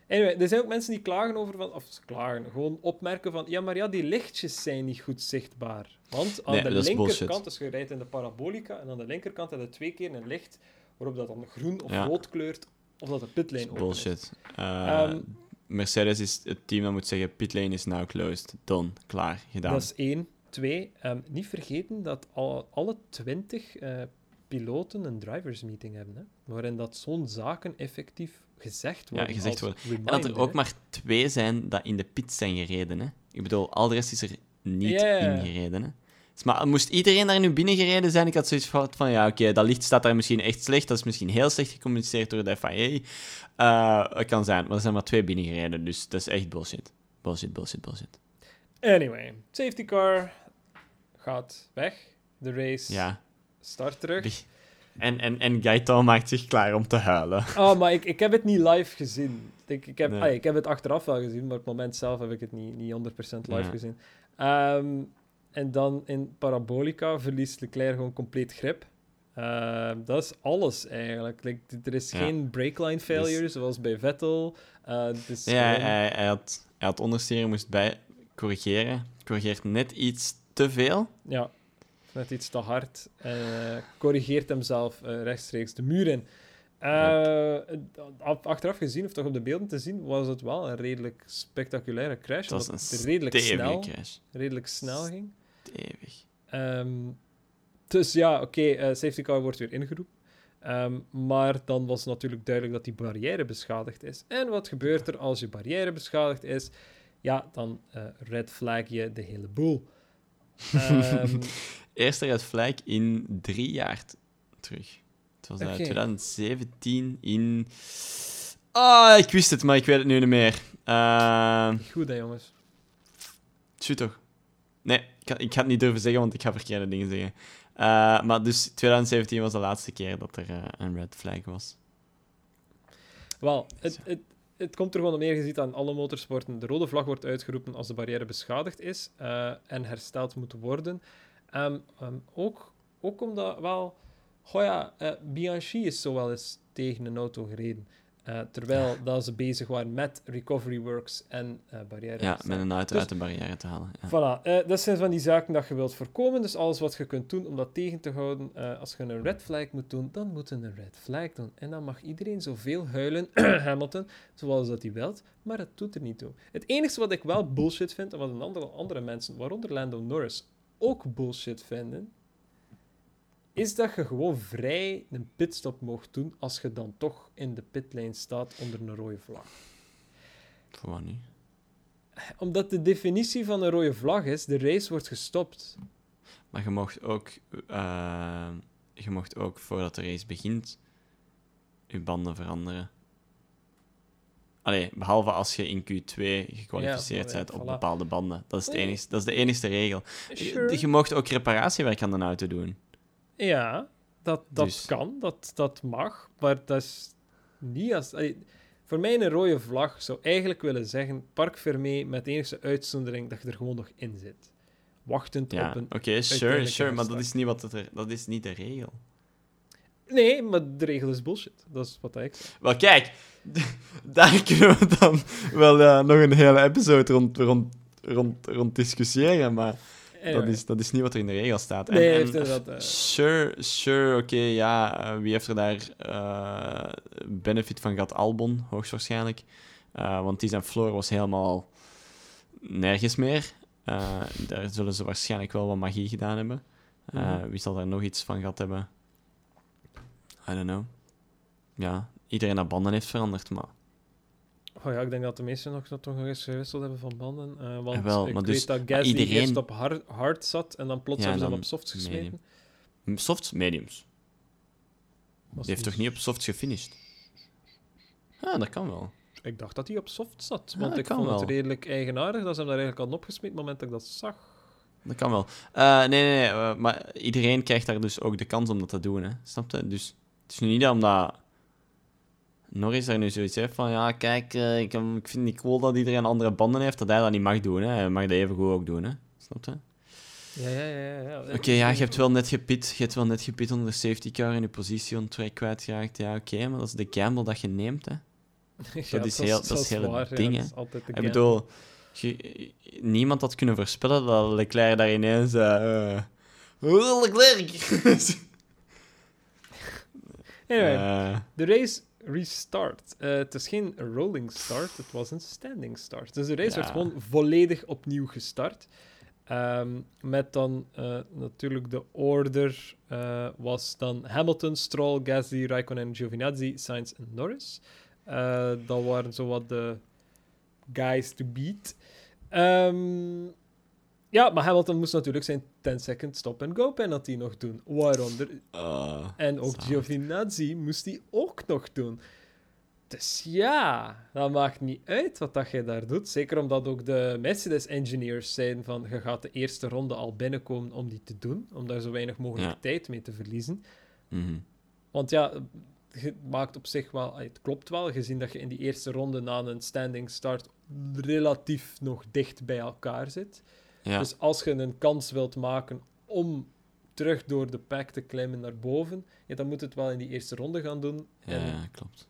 Anyway, er zijn ook mensen die klagen over van... Of klagen, gewoon opmerken van... Ja, maar ja, die lichtjes zijn niet goed zichtbaar. Want aan de linkerkant, dus je rijdt in de parabolica, en aan de linkerkant heb je 2 keer een licht waarop dat dan groen of rood kleurt, of dat de pitlane open is. Bullshit. Mercedes is het team dat moet zeggen, pitlane is now closed. Done. Klaar. Gedaan. Dat is 1. 2. Niet vergeten dat alle 20 piloten een drivers meeting hebben, hè, waarin dat zo'n zaken effectief gezegd worden. Ja, gezegd worden. En dat er ook maar 2 zijn dat in de pit zijn gereden. Hè. Ik bedoel, al de rest is er niet in gereden. Hè. Dus, maar moest iedereen daar nu binnen gereden zijn? Ik had zoiets van, ja, oké, dat licht staat daar misschien echt slecht. Dat is misschien heel slecht gecommuniceerd door de FIA. Het kan zijn, maar er zijn maar 2 binnen gereden. Dus dat is echt bullshit. Bullshit. Anyway, safety car gaat weg. De race start terug. En Gaëtan maakt zich klaar om te huilen. Oh, maar ik heb het niet live gezien. Ik heb het achteraf wel gezien, maar op het moment zelf heb ik het niet 100% live gezien. En dan in Parabolica verliest Leclerc gewoon compleet grip. Dat is alles eigenlijk. Er is geen brakeline failure, zoals bij Vettel. Hij had ondersteer, moest corrigeren. Corrigeert net iets te veel. Ja, net iets te hard. Corrigeert hem zelf rechtstreeks de muur in. Achteraf gezien, of toch op de beelden te zien, was het wel een redelijk spectaculaire crash. Dat was een redelijk snel ging. Stevig. Dus ja, oké, safety car wordt weer ingeroepen. Maar dan was natuurlijk duidelijk dat die barrière beschadigd is. En wat gebeurt er als je barrière beschadigd is? Ja, dan red flag je de hele boel. Eerste red flag in 3 jaar terug. Het was 2017 in... ik wist het, maar ik weet het nu niet meer. Goed hè, jongens. Shoot toch? Nee, ik ga het niet durven zeggen, want ik ga verkeerde dingen zeggen. Maar dus 2017 was de laatste keer dat er een red flag was. Wel, het komt er gewoon op neer, je ziet aan alle motorsporten. De rode vlag wordt uitgeroepen als de barrière beschadigd is en hersteld moet worden. Ook omdat wel... Bianchi is zo wel eens tegen een auto gereden. Terwijl dat ze bezig waren met recovery works en barrière. Ja, met een auto uit de barrière te halen. Ja. Voilà, dat zijn van die zaken dat je wilt voorkomen. Dus alles wat je kunt doen om dat tegen te houden. Als je een red flag moet doen, dan moet je een red flag doen. En dan mag iedereen zoveel huilen, Hamilton, zoals dat hij wilt. Maar het doet er niet toe. Het enige wat ik wel bullshit vind, en wat andere mensen, waaronder Lando Norris, ook bullshit vinden, is dat je gewoon vrij een pitstop mocht doen als je dan toch in de pitlane staat onder een rode vlag. Voor wat niet? Omdat de definitie van een rode vlag is, de race wordt gestopt. Maar je mocht ook voordat de race begint, je banden veranderen. Allee, behalve als je in Q2 gekwalificeerd bent op bepaalde banden. Dat is de enige regel. Sure. Je mocht ook reparatiewerk aan de auto doen. Ja, dat kan, dat mag, maar dat is niet als... Voor mij een rode vlag zou eigenlijk willen zeggen, Parc Fermé met de enige uitzondering dat je er gewoon nog in zit. Wachtend op een... Oké, sure, maar dat is niet dat is niet de regel. Nee, maar de regel is bullshit. Dat is wat ik zeg. Wel, kijk, daar kunnen we dan wel nog een hele episode rond discussiëren, maar... Anyway. Dat is niet wat er in de regel staat. Sure, oké, wie heeft er daar benefit van gehad? Albon, hoogstwaarschijnlijk. Want die zijn floor was helemaal nergens meer. Daar zullen ze waarschijnlijk wel wat magie gedaan hebben. Wie zal daar nog iets van gehad hebben? I don't know. Ja, iedereen naar banden heeft veranderd, maar... Oh ja, ik denk dat de meesten nog eens gewisseld hebben van banden. Want ik weet dat Gasly eerst op hard zat en dan plots hebben ze hem op softs gesmeten. Softs? Mediums. Die heeft toch niet op softs gefinished? Dat kan wel. Ik dacht dat hij op soft zat, want ik vond het redelijk eigenaardig dat ze hem daar eigenlijk al opgesmeed op het moment dat ik dat zag. Dat kan wel. Nee, maar iedereen krijgt daar dus ook de kans om dat te doen, hè. Snap je? Dus het is nu niet omdat... Norris er nu zoiets heeft van, ja, kijk, ik vind het niet cool dat iedereen andere banden heeft, dat hij dat niet mag doen, hè. Hij mag dat even goed ook doen, hè. Snap je? Ja. Oké, je hebt wel net gepit onder de safety car en je positie on track kwijtgeraakt. Ja, oké, maar dat is de gamble dat je neemt, hè. Dat is het hele ding, hè. Ik bedoel, niemand had kunnen voorspellen dat Leclerc daar ineens... Leclerc! Anyway, de race restart. Het is geen rolling start, het was een standing start. Dus de race werd gewoon volledig opnieuw gestart. Met dan natuurlijk de order was dan Hamilton, Stroll, Gasly, Raikkonen, Giovinazzi, Sainz en Norris. Dat waren zowat de guys to beat. Ja, maar Hamilton moest natuurlijk zijn 10-second stop-and-go penalty nog doen. Waaronder. En ook Giovinazzi moest die ook nog doen. Dus ja, dat maakt niet uit wat dat je daar doet. Zeker omdat ook de Mercedes-engineers zeiden van je gaat de eerste ronde al binnenkomen om die te doen. Om daar zo weinig mogelijk tijd mee te verliezen. Mm-hmm. Want ja, het maakt op zich wel... Het klopt wel, gezien dat je in die eerste ronde na een standing start relatief nog dicht bij elkaar zit. Ja. Dus als je een kans wilt maken om terug door de pack te klimmen naar boven, dan moet het wel in die eerste ronde gaan doen. Ja, klopt.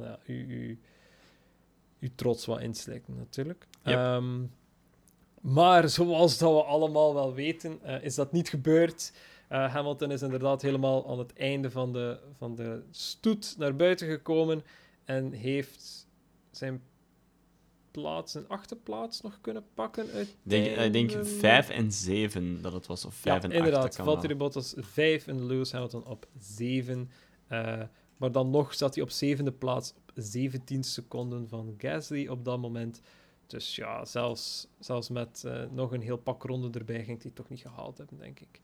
Je trots wat inslikken, natuurlijk. Yep. Maar zoals dat we allemaal wel weten, is dat niet gebeurd. Hamilton is inderdaad helemaal aan het einde van de stoet naar buiten gekomen en heeft zijn achterplaats nog kunnen pakken. Ik denk 5 en 7 dat het was, of 5 en 8. Inderdaad. Valtteri Bottas 5 en Lewis Hamilton op 7. Maar dan nog zat hij op 7e plaats op 17 seconden van Gasly op dat moment. Dus ja, zelfs met nog een heel pak ronden erbij ging hij het toch niet gehaald hebben, denk ik.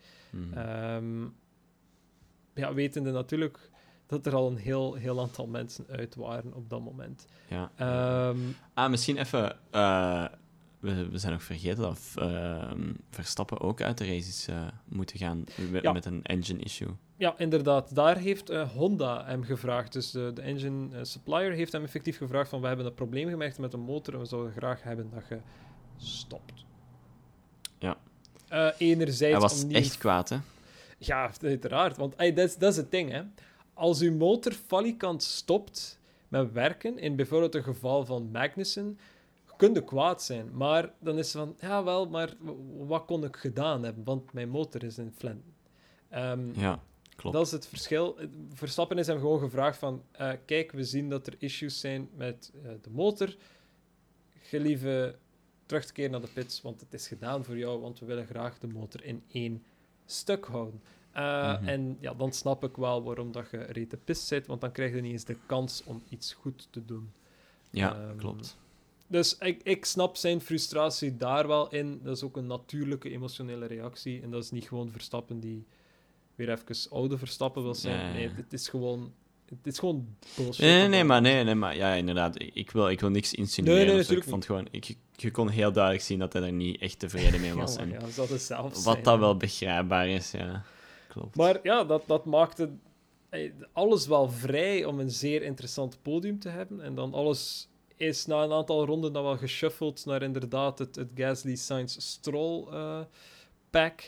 Wetende natuurlijk dat er al een heel aantal mensen uit waren op dat moment. Ja. Misschien even... we zijn nog vergeten dat Verstappen ook uit de race is moeten gaan met een engine issue. Ja, inderdaad. Daar heeft Honda hem gevraagd. Dus de engine supplier heeft hem effectief gevraagd van we hebben een probleem gemerkt met de motor en we zouden graag hebben dat je stopt. Ja. Enerzijds... Hij was echt kwaad, hè? Ja, uiteraard. Want dat is het ding, hè. Als uw motor falikant stopt met werken, in bijvoorbeeld het geval van Magnussen, kun je kwaad zijn. Maar dan is het van, ja wel, maar wat kon ik gedaan hebben? Want mijn motor is in flan. Ja, klopt. Dat is het verschil. Verstappen is hem gewoon gevraagd van, kijk, we zien dat er issues zijn met de motor. Gelieve terug te keren naar de pits, want het is gedaan voor jou, want we willen graag de motor in 1 stuk houden. En ja, dan snap ik wel waarom dat je rete pist zit, want dan krijg je niet eens de kans om iets goed te doen. Ja, klopt. Dus ik snap zijn frustratie daar wel in. Dat is ook een natuurlijke emotionele reactie. En dat is niet gewoon Verstappen die weer even oude Verstappen wil zijn. Nee, het is gewoon bullshit. Nee, maar ja, inderdaad. Ik wil niks insinueren. Nee, ik vond gewoon... Je kon heel duidelijk zien dat hij er niet echt tevreden mee was. Ja, zal het zelf zijn. Wat dat wel begrijpbaar is, ja. Klopt. Maar ja, dat maakte alles wel vrij om een zeer interessant podium te hebben. En dan alles is na een aantal ronden dan wel geshuffeld naar inderdaad het Gasly, Sainz, Stroll pack.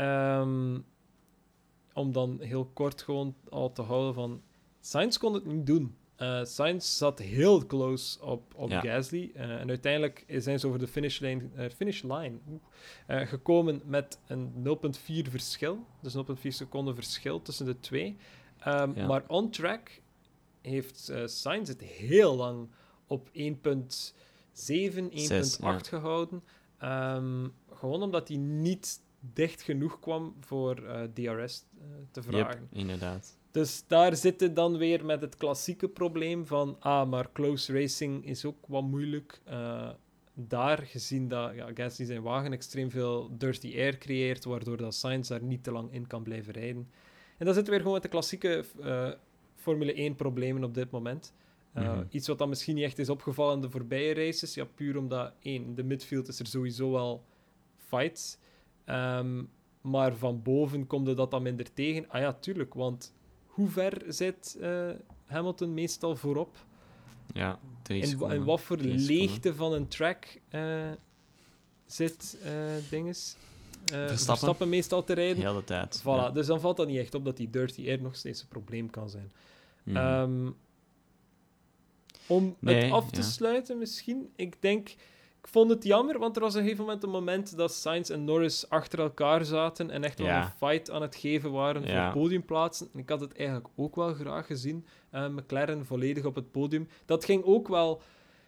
Om dan heel kort gewoon al te houden van... Sainz kon het niet doen. Sainz zat heel close op Gasly. En uiteindelijk zijn ze over de finish line gekomen met een 0,4 verschil. Dus 0,4 seconden verschil tussen de twee. Maar on track heeft Sainz het heel lang op 1,7, 1,8 gehouden. Gewoon omdat hij niet dicht genoeg kwam voor DRS te vragen. Yep, inderdaad. Dus daar zitten dan weer met het klassieke probleem van maar close racing is ook wat moeilijk. Daar, gezien dat Gasly zijn wagen extreem veel dirty air creëert, waardoor dat Sainz daar niet te lang in kan blijven rijden. En dan zitten we weer gewoon met de klassieke Formule 1 problemen op dit moment. Iets wat dan misschien niet echt is opgevallen in de voorbije races. Ja, puur omdat, in de midfield is er sowieso wel fights. Maar van boven komt er dat dan minder tegen. Ah ja, tuurlijk, want hoe ver zit Hamilton meestal voorop? Ja, 3 seconden. En wat voor leegte van een track zit dinges? Verstappen meestal te rijden. De hele tijd. Voilà, ja. Dus dan valt dat niet echt op dat die dirty air nog steeds een probleem kan zijn. Om het af te sluiten misschien, ik vond het jammer, want er was op een gegeven moment dat Sainz en Norris achter elkaar zaten en echt wel een fight aan het geven waren voor podiumplaatsen. En ik had het eigenlijk ook wel graag gezien, McLaren volledig op het podium. Dat ging ook wel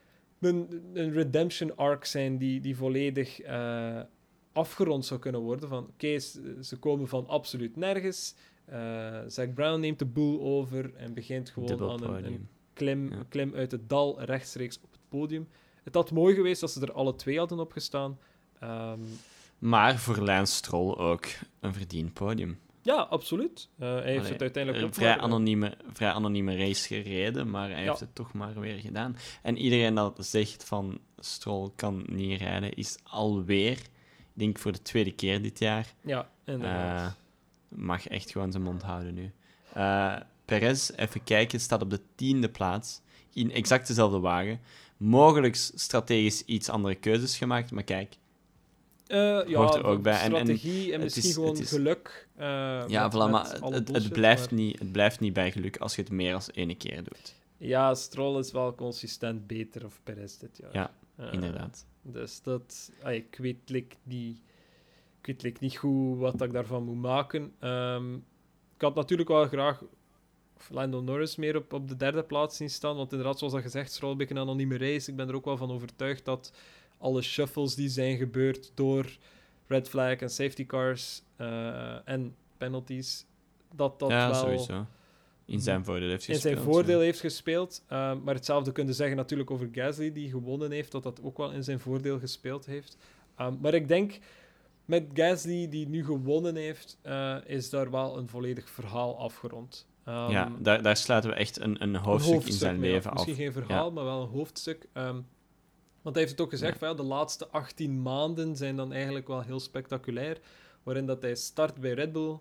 een redemption arc zijn die volledig afgerond zou kunnen worden. Van oké, ze komen van absoluut nergens. Zac Brown neemt de boel over en begint gewoon aan een klim uit het dal rechtstreeks op het podium. Het had mooi geweest als ze er alle twee hadden opgestaan. Maar voor Lance Stroll ook een verdiend podium. Ja, absoluut. Hij heeft het uiteindelijk ook vrij anonieme race gereden, maar hij heeft het toch maar weer gedaan. En iedereen dat zegt van Stroll kan niet rijden, is alweer, ik denk voor de tweede keer dit jaar. Ja, inderdaad. Mag echt gewoon zijn mond houden nu. Perez, even kijken, staat op de 10e plaats in exact dezelfde wagen. Mogelijk strategisch iets andere keuzes gemaakt, maar kijk. Hoort er ook bij. Strategie en misschien gewoon geluk. Voilà, maar het blijft niet bij geluk als je het meer dan 1 keer doet. Ja, Stroll is wel consistent beter of Perez dit jaar. Ja, inderdaad. Dus dat... ik weet niet goed wat ik daarvan moet maken. Ik had natuurlijk wel graag Lando Norris meer op de 3e plaats zien staan, want inderdaad, zoals dat gezegd, Stroll een beetje een anonieme race. Ik ben er ook wel van overtuigd dat alle shuffles die zijn gebeurd door red flag en safety cars en penalties, dat wel sowieso in zijn voordeel heeft gespeeld. Maar hetzelfde kunnen zeggen natuurlijk over Gasly, die gewonnen heeft, dat ook wel in zijn voordeel gespeeld heeft. Maar ik denk, met Gasly, die nu gewonnen heeft, is daar wel een volledig verhaal afgerond. Daar sluiten we echt een hoofdstuk in zijn leven af. Misschien geen verhaal, maar wel een hoofdstuk. Want hij heeft het ook gezegd, van, de laatste 18 maanden zijn dan eigenlijk wel heel spectaculair, waarin dat hij start bij Red Bull,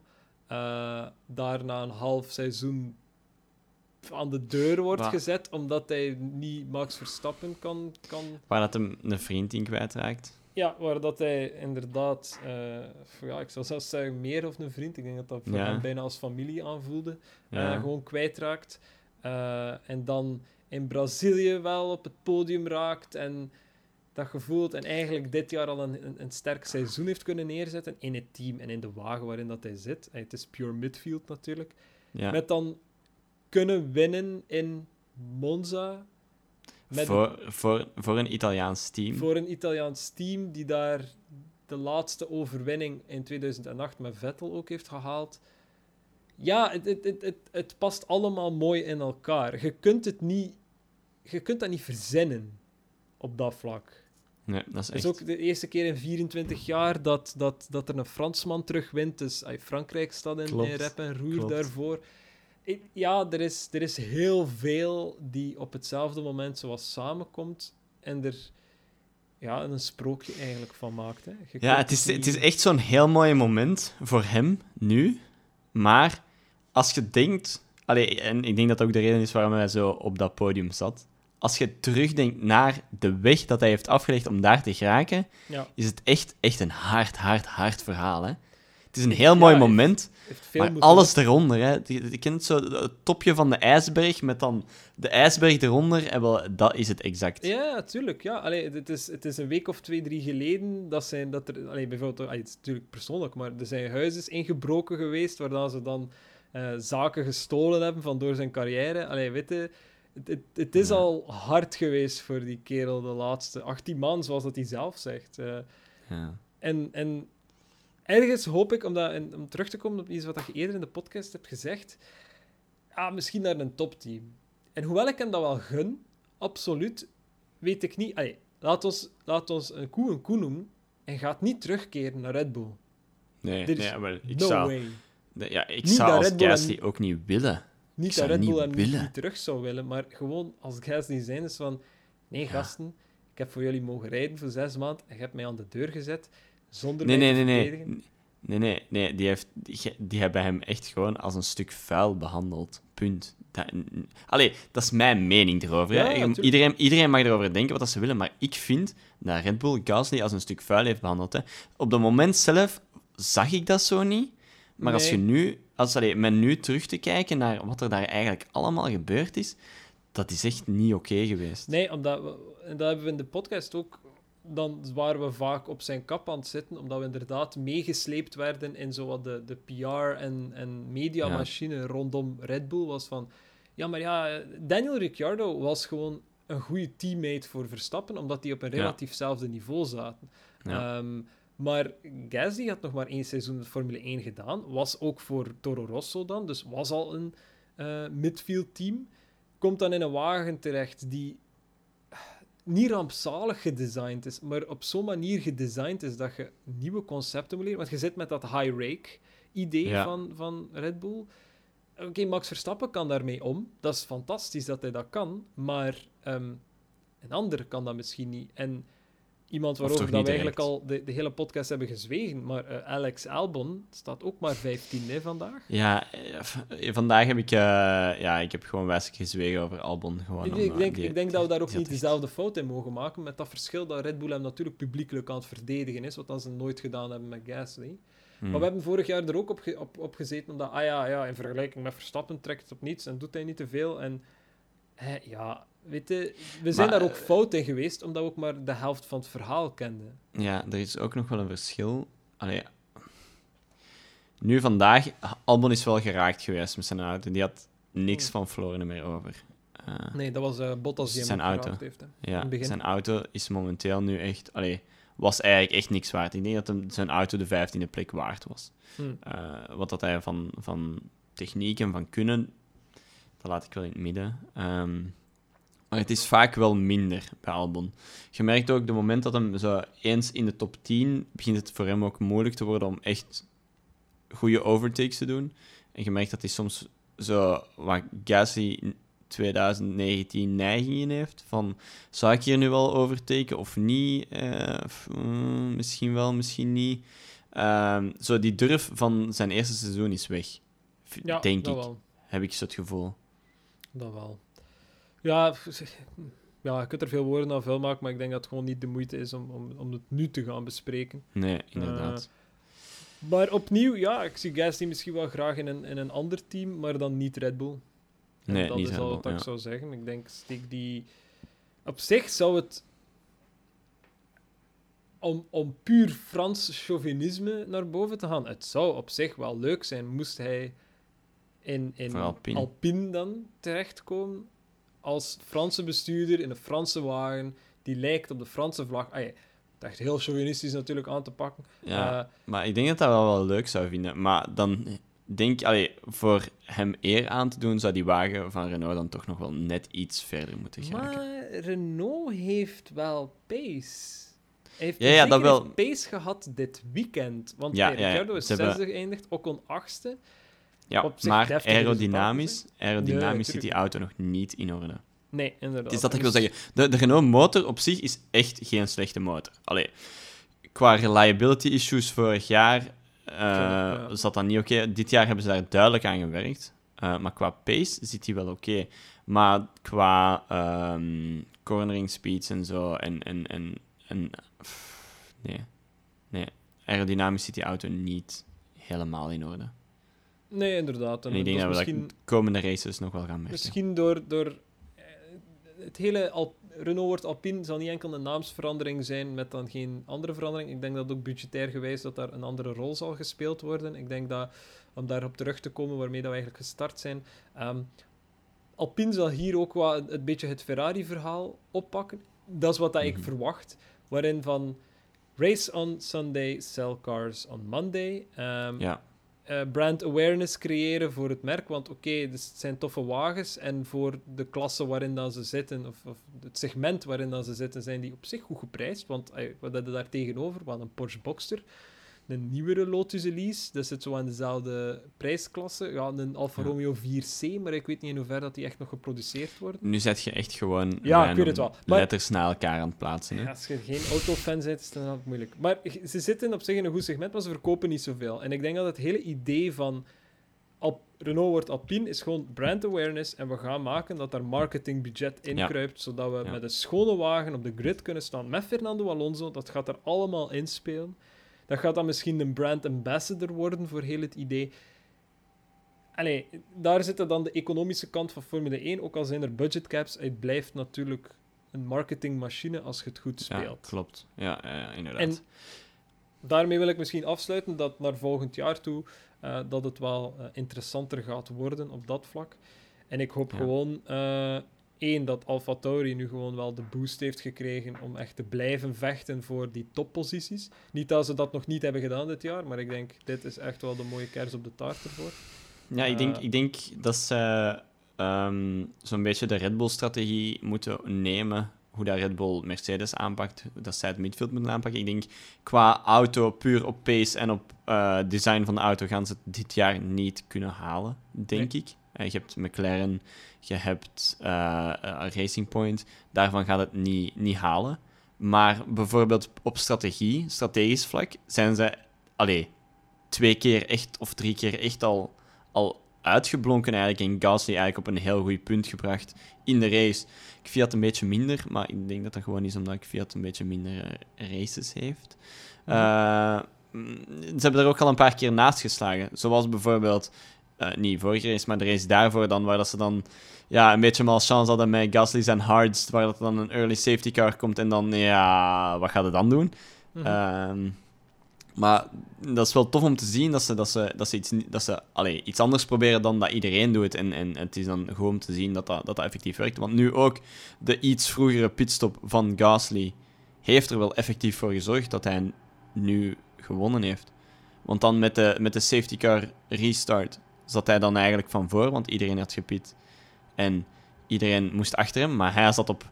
daarna een half seizoen aan de deur wordt gezet, omdat hij niet Max Verstappen kan... Waar dat hem een vriend in kwijtraakt. Ja, waar dat hij inderdaad... ik zou zelfs zeggen meer of een vriend. Ik denk dat voor hem bijna als familie aanvoelde. Gewoon kwijtraakt. En dan in Brazilië wel op het podium raakt en dat gevoelt. En eigenlijk dit jaar al een sterk seizoen heeft kunnen neerzetten in het team en in de wagen waarin dat hij zit. Het is pure midfield natuurlijk. Ja. Met dan kunnen winnen in Monza. Voor een Italiaans team. Voor een Italiaans team die daar de laatste overwinning in 2008 met Vettel ook heeft gehaald. Ja, het past allemaal mooi in elkaar. Je kunt dat niet verzinnen op dat vlak. Nee, dat is echt... Het is ook de eerste keer in 24 jaar dat er een Fransman terugwint. Dus Frankrijk staat in rep en roer daarvoor. Ja, er is heel veel die op hetzelfde moment zoals samenkomt en er een sprookje eigenlijk van maakt. Hè. Het is echt zo'n heel mooi moment voor hem nu, maar als je denkt... en ik denk dat dat ook de reden is waarom hij zo op dat podium zat. Als je terugdenkt naar de weg dat hij heeft afgelegd om daar te geraken, is het echt een hard verhaal, hè. Het is een heel mooi moment, maar alles eronder. Hè. Je kent zo het topje van de ijsberg met dan de ijsberg eronder. En wel, dat is het exact. Ja, tuurlijk. Ja. Het is een week of 2, 3 geleden dat er... bijvoorbeeld, het is natuurlijk persoonlijk, maar er zijn huizen ingebroken geweest waar ze dan zaken gestolen hebben van door zijn carrière. Weet je, het is al hard geweest voor die kerel de laatste 18 maanden, zoals dat hij zelf zegt. En ergens hoop ik, om terug te komen op iets wat je eerder in de podcast hebt gezegd, misschien naar een topteam. En hoewel ik hem dat wel gun, absoluut, weet ik niet... laat ons een koe noemen en gaat niet terugkeren naar Red Bull. Nee, maar ik ik zou als Gasly ook niet willen. Niet dat Red Bull hem niet terug zou willen, maar gewoon als Gasly zijn is van... Nee, gasten, ik heb voor jullie mogen rijden voor 6 maanden en je hebt mij aan de deur gezet... Zonder mij te verdedigen? Nee. Die hebben hem echt gewoon als een stuk vuil behandeld. Punt. Dat is mijn mening erover. Ja, iedereen mag erover denken wat ze willen, maar ik vind dat Red Bull Gasly als een stuk vuil heeft behandeld. Hè. Op het moment zelf zag ik dat zo niet. Maar als je nu... men nu terug te kijken naar wat er daar eigenlijk allemaal gebeurd is, dat is echt niet oké geweest. Nee, en dat hebben we in de podcast ook... Dan waren we vaak op zijn kap aan het zitten, omdat we inderdaad meegesleept werden in zo wat de PR en mediamachine rondom Red Bull. Was van... Ja, maar ja, Daniel Ricciardo was gewoon een goede teammate voor Verstappen, omdat die op een relatiefzelfde niveau zaten. Ja. Maar Gasly had nog maar 1 seizoen in Formule 1 gedaan. Was ook voor Toro Rosso dan, dus was al een midfield team. Komt dan in een wagen terecht die niet rampzalig gedesigned is, maar op zo'n manier gedesigned is dat je nieuwe concepten moet leren. Want je zit met dat high rake idee van Red Bull. Oké, Max Verstappen kan daarmee om. Dat is fantastisch dat hij dat kan, maar een ander kan dat misschien niet. En iemand waarover dat we eigenlijk al de hele podcast hebben gezwegen, maar Alex Albon staat ook maar 15e vandaag. Ja, vandaag heb ik heb gewoon wijselijk gezwegen over Albon. Gewoon ik denk dat we daar ook niet dezelfde fout in mogen maken, met dat verschil dat Red Bull hem natuurlijk publiekelijk aan het verdedigen is, wat ze nooit gedaan hebben met Gasly. Maar we hebben vorig jaar er ook op gezeten, omdat, in vergelijking met Verstappen trekt het op niets en doet hij niet te veel. En weet je, we zijn daar ook fout in geweest, omdat we ook maar de helft van het verhaal kenden. Ja, er is ook nog wel een verschil. Allee, nu vandaag, Albon is wel geraakt geweest met zijn auto. Die had niks van Florida meer over. Nee, dat was Bottas die hem geraakt heeft. Ja, zijn auto is momenteel nu echt... was eigenlijk echt niks waard. Ik denk dat zijn auto de 15e plek waard was. Wat dat hij van techniek en van kunnen, dat laat ik wel in het midden. Maar het is vaak wel minder bij Albon. Je merkt ook, de moment dat hem zo eens in de top 10, begint het voor hem ook moeilijk te worden om echt goede overtakes te doen. En je merkt dat hij soms zo wat Gasly 2019 neigingen heeft van, zou ik hier nu wel overtaken of niet? Misschien wel, misschien niet. Zo die durf van zijn eerste seizoen is weg. Denk ik. Wel. Heb ik zo het gevoel. Dat wel. Ja, je kunt er veel woorden aan vuil maken, maar ik denk dat het gewoon niet de moeite is om het nu te gaan bespreken. Nee, inderdaad. Maar opnieuw, ik zie Gasly misschien wel graag in een ander team, maar dan niet Red Bull. Nee, dat niet is al wat ik zou zeggen. Ik denk, steek die... Op zich zou het... Om puur Frans chauvinisme naar boven te gaan, het zou op zich wel leuk zijn, moest hij in Alpine dan terechtkomen als Franse bestuurder in een Franse wagen die lijkt op de Franse vlag. Het echt heel chauvinistisch natuurlijk aan te pakken. Ja, maar ik denk dat dat wel leuk zou vinden. Maar dan denk ik, voor hem eer aan te doen, zou die wagen van Renault dan toch nog wel net iets verder moeten gaan. Maar Renault heeft wel pace. Hij heeft pace gehad dit weekend. Want Ricciardo is 6e geëindigd, Ocon 8e. Ja, maar aerodynamisch zit die auto nog niet in orde. Nee, inderdaad. Het is dat ik wil zeggen. De Renault-motor op zich is echt geen slechte motor. Qua reliability issues vorig jaar zat dat niet oké. Dit jaar hebben ze daar duidelijk aan gewerkt. Maar qua pace zit hij wel oké. Maar qua cornering speeds en zo nee. Aerodynamisch zit die auto niet helemaal in orde. Nee, inderdaad. En ik denk dat we dat de komende races nog wel gaan merken. Misschien door het hele Renault wordt Alpine zal niet enkel een naamsverandering zijn met dan geen andere verandering. Ik denk dat ook budgetair gewijs dat daar een andere rol zal gespeeld worden. Ik denk dat, om daarop terug te komen waarmee dat we eigenlijk gestart zijn, Alpine zal hier ook wel een beetje het Ferrari-verhaal oppakken. Dat is wat ik verwacht. Waarin van race on Sunday, sell cars on Monday. Brand awareness creëren voor het merk. Want dus het zijn toffe wagens. En voor de klasse waarin dan ze zitten, of het segment waarin dan ze zitten, zijn die op zich goed geprijsd. Want wat hadden daar tegenover? We hadden een Porsche Boxster. Een nieuwere Lotus Elise. Dat zit zo aan dezelfde prijsklasse. Ja, een Alfa Romeo 4C. Maar ik weet niet in hoeverre dat die echt nog geproduceerd worden. Nu zet je echt gewoon ik weet het wel. Letters naar elkaar aan het plaatsen. Hè? Ja, als je geen autofan bent, is het dan moeilijk. Maar ze zitten op zich in een goed segment, maar ze verkopen niet zoveel. En ik denk dat het hele idee van Renault wordt Alpine is gewoon brand awareness. En we gaan maken dat daar marketingbudget inkruipt, zodat we met een schone wagen op de grid kunnen staan met Fernando Alonso. Dat gaat er allemaal inspelen. Dat gaat dan misschien een brand ambassador worden voor heel het idee. daar zit dan de economische kant van Formule 1. Ook al zijn er budgetcaps, het blijft natuurlijk een marketingmachine als je het goed speelt. Ja, klopt. Ja, inderdaad. En daarmee wil ik misschien afsluiten dat naar volgend jaar toe dat het wel interessanter gaat worden op dat vlak. En ik hoop gewoon... dat AlphaTauri nu gewoon wel de boost heeft gekregen om echt te blijven vechten voor die topposities. Niet dat ze dat nog niet hebben gedaan dit jaar, maar ik denk, dit is echt wel de mooie kers op de taart ervoor. Ja, ik denk dat ze zo'n beetje de Red Bull-strategie moeten nemen, hoe dat Red Bull Mercedes aanpakt, dat zij het midfield moeten aanpakken. Ik denk, qua auto, puur op pace en op design van de auto, gaan ze het dit jaar niet kunnen halen, denk ik. Je hebt McLaren, je hebt Racing Point. Daarvan gaat het niet halen. Maar bijvoorbeeld op strategisch vlak, zijn ze 2 keer echt of 3 keer echt al uitgeblonken eigenlijk. En Gasly eigenlijk op een heel goed punt gebracht in de race. Fiat een beetje minder, maar ik denk dat dat gewoon is omdat Fiat een beetje minder races heeft. Ze hebben er ook al een paar keer naast geslagen. Zoals bijvoorbeeld... niet vorige race, maar de race daarvoor dan, waar dat ze dan een beetje malchance hadden met Gasly's en Hards, waar dat dan een early safety car komt en dan, wat gaat het dan doen? Maar dat is wel tof om te zien dat ze iets anders proberen dan dat iedereen doet. En het is dan gewoon om te zien dat effectief werkt. Want nu ook de iets vroegere pitstop van Gasly heeft er wel effectief voor gezorgd dat hij nu gewonnen heeft. Want dan met de safety car restart zat hij dan eigenlijk van voor, want iedereen had gepit. En iedereen moest achter hem, maar hij zat op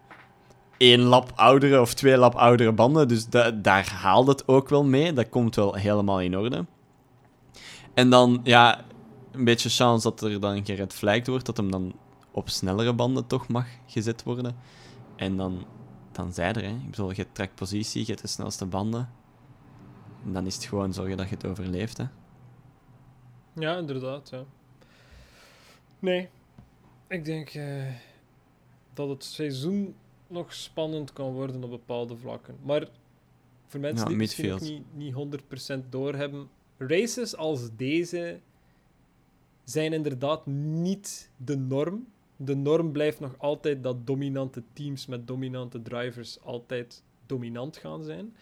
1 lap oudere of 2 lap oudere banden, dus daar haalde het ook wel mee. Dat komt wel helemaal in orde. En dan, een beetje chance dat er dan geredflagged wordt, dat hem dan op snellere banden toch mag gezet worden. En dan zij er, hè. Ik bedoel, je trekt positie, je hebt de snelste banden. En dan is het gewoon zorgen dat je het overleeft, hè. Ja, inderdaad, ja. Nee, ik denk dat het seizoen nog spannend kan worden op bepaalde vlakken. Maar voor mensen die misschien nog niet 100% doorhebben, races als deze zijn inderdaad niet de norm. De norm blijft nog altijd dat dominante teams met dominante drivers altijd dominant gaan zijn.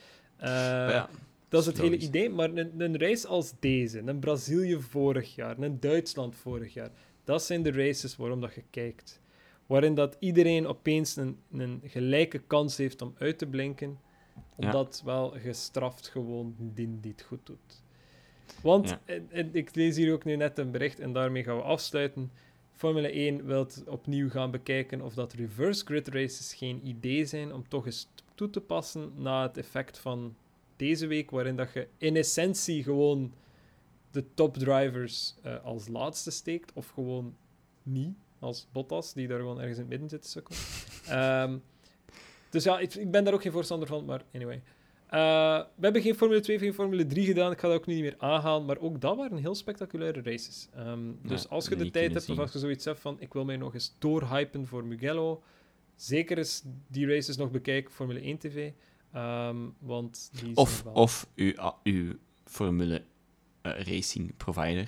Dat is het hele idee, maar een race als deze, een Brazilië vorig jaar, een Duitsland vorig jaar, dat zijn de races waarom dat je kijkt. Waarin dat iedereen opeens een gelijke kans heeft om uit te blinken, omdat wel gestraft gewoon die het goed doet. Want, ik lees hier ook nu net een bericht en daarmee gaan we afsluiten. Formule 1 wil opnieuw gaan bekijken of dat reverse grid races geen idee zijn om toch eens toe te passen na het effect van deze week, waarin dat je in essentie gewoon de topdrivers als laatste steekt, of gewoon niet, als Bottas, die daar gewoon ergens in het midden zit te sukkelen. Dus ik ben daar ook geen voorstander van, maar anyway. We hebben geen Formule 2 of geen Formule 3 gedaan, ik ga dat ook niet meer aanhalen, maar ook dat waren heel spectaculaire races. Dus als je de tijd hebt, of als je zoiets hebt van, ik wil mij nog eens doorhypen voor Mugello, zeker eens die races nog bekijken, Formule 1 TV. Want die of uw Formule Racing provider.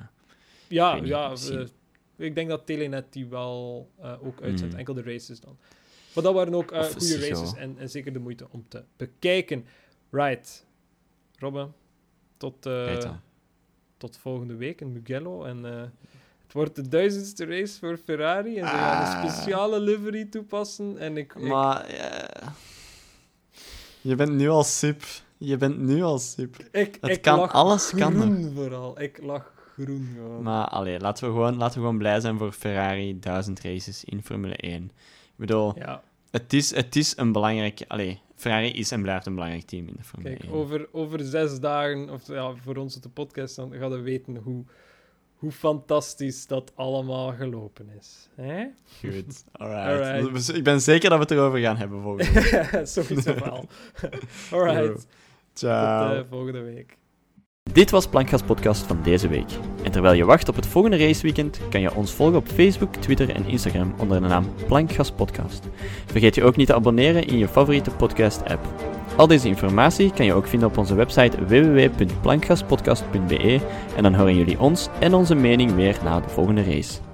Ik denk dat Telenet die wel ook uitzendt. Enkel de races dan. Maar dat waren ook goede races en zeker de moeite om te bekijken. Right. Robbe, tot volgende week in Mugello. En het wordt de 1000ste race voor Ferrari. En ze gaan een speciale livery toepassen. En Je bent nu al sip. Alles kan groen vooral. Ik lag groen. Gewoon. Maar laten we gewoon blij zijn voor Ferrari. 1000 races in Formule 1. Ik bedoel, het is een belangrijk... Ferrari is en blijft een belangrijk team in de Formule 1. Over 6 dagen, of voor ons op de podcast, dan gaan we weten hoe fantastisch dat allemaal gelopen is. Goed, alright. Ik ben zeker dat we het erover gaan hebben volgende week. Sowieso wel. Alright. Ciao. Tot volgende week. Dit was Plankgas Podcast van deze week. En terwijl je wacht op het volgende raceweekend, kan je ons volgen op Facebook, Twitter en Instagram onder de naam Plankgas Podcast. Vergeet je ook niet te abonneren in je favoriete podcast-app. Al deze informatie kan je ook vinden op onze website www.plankgaspodcast.be en dan horen jullie ons en onze mening weer na de volgende race.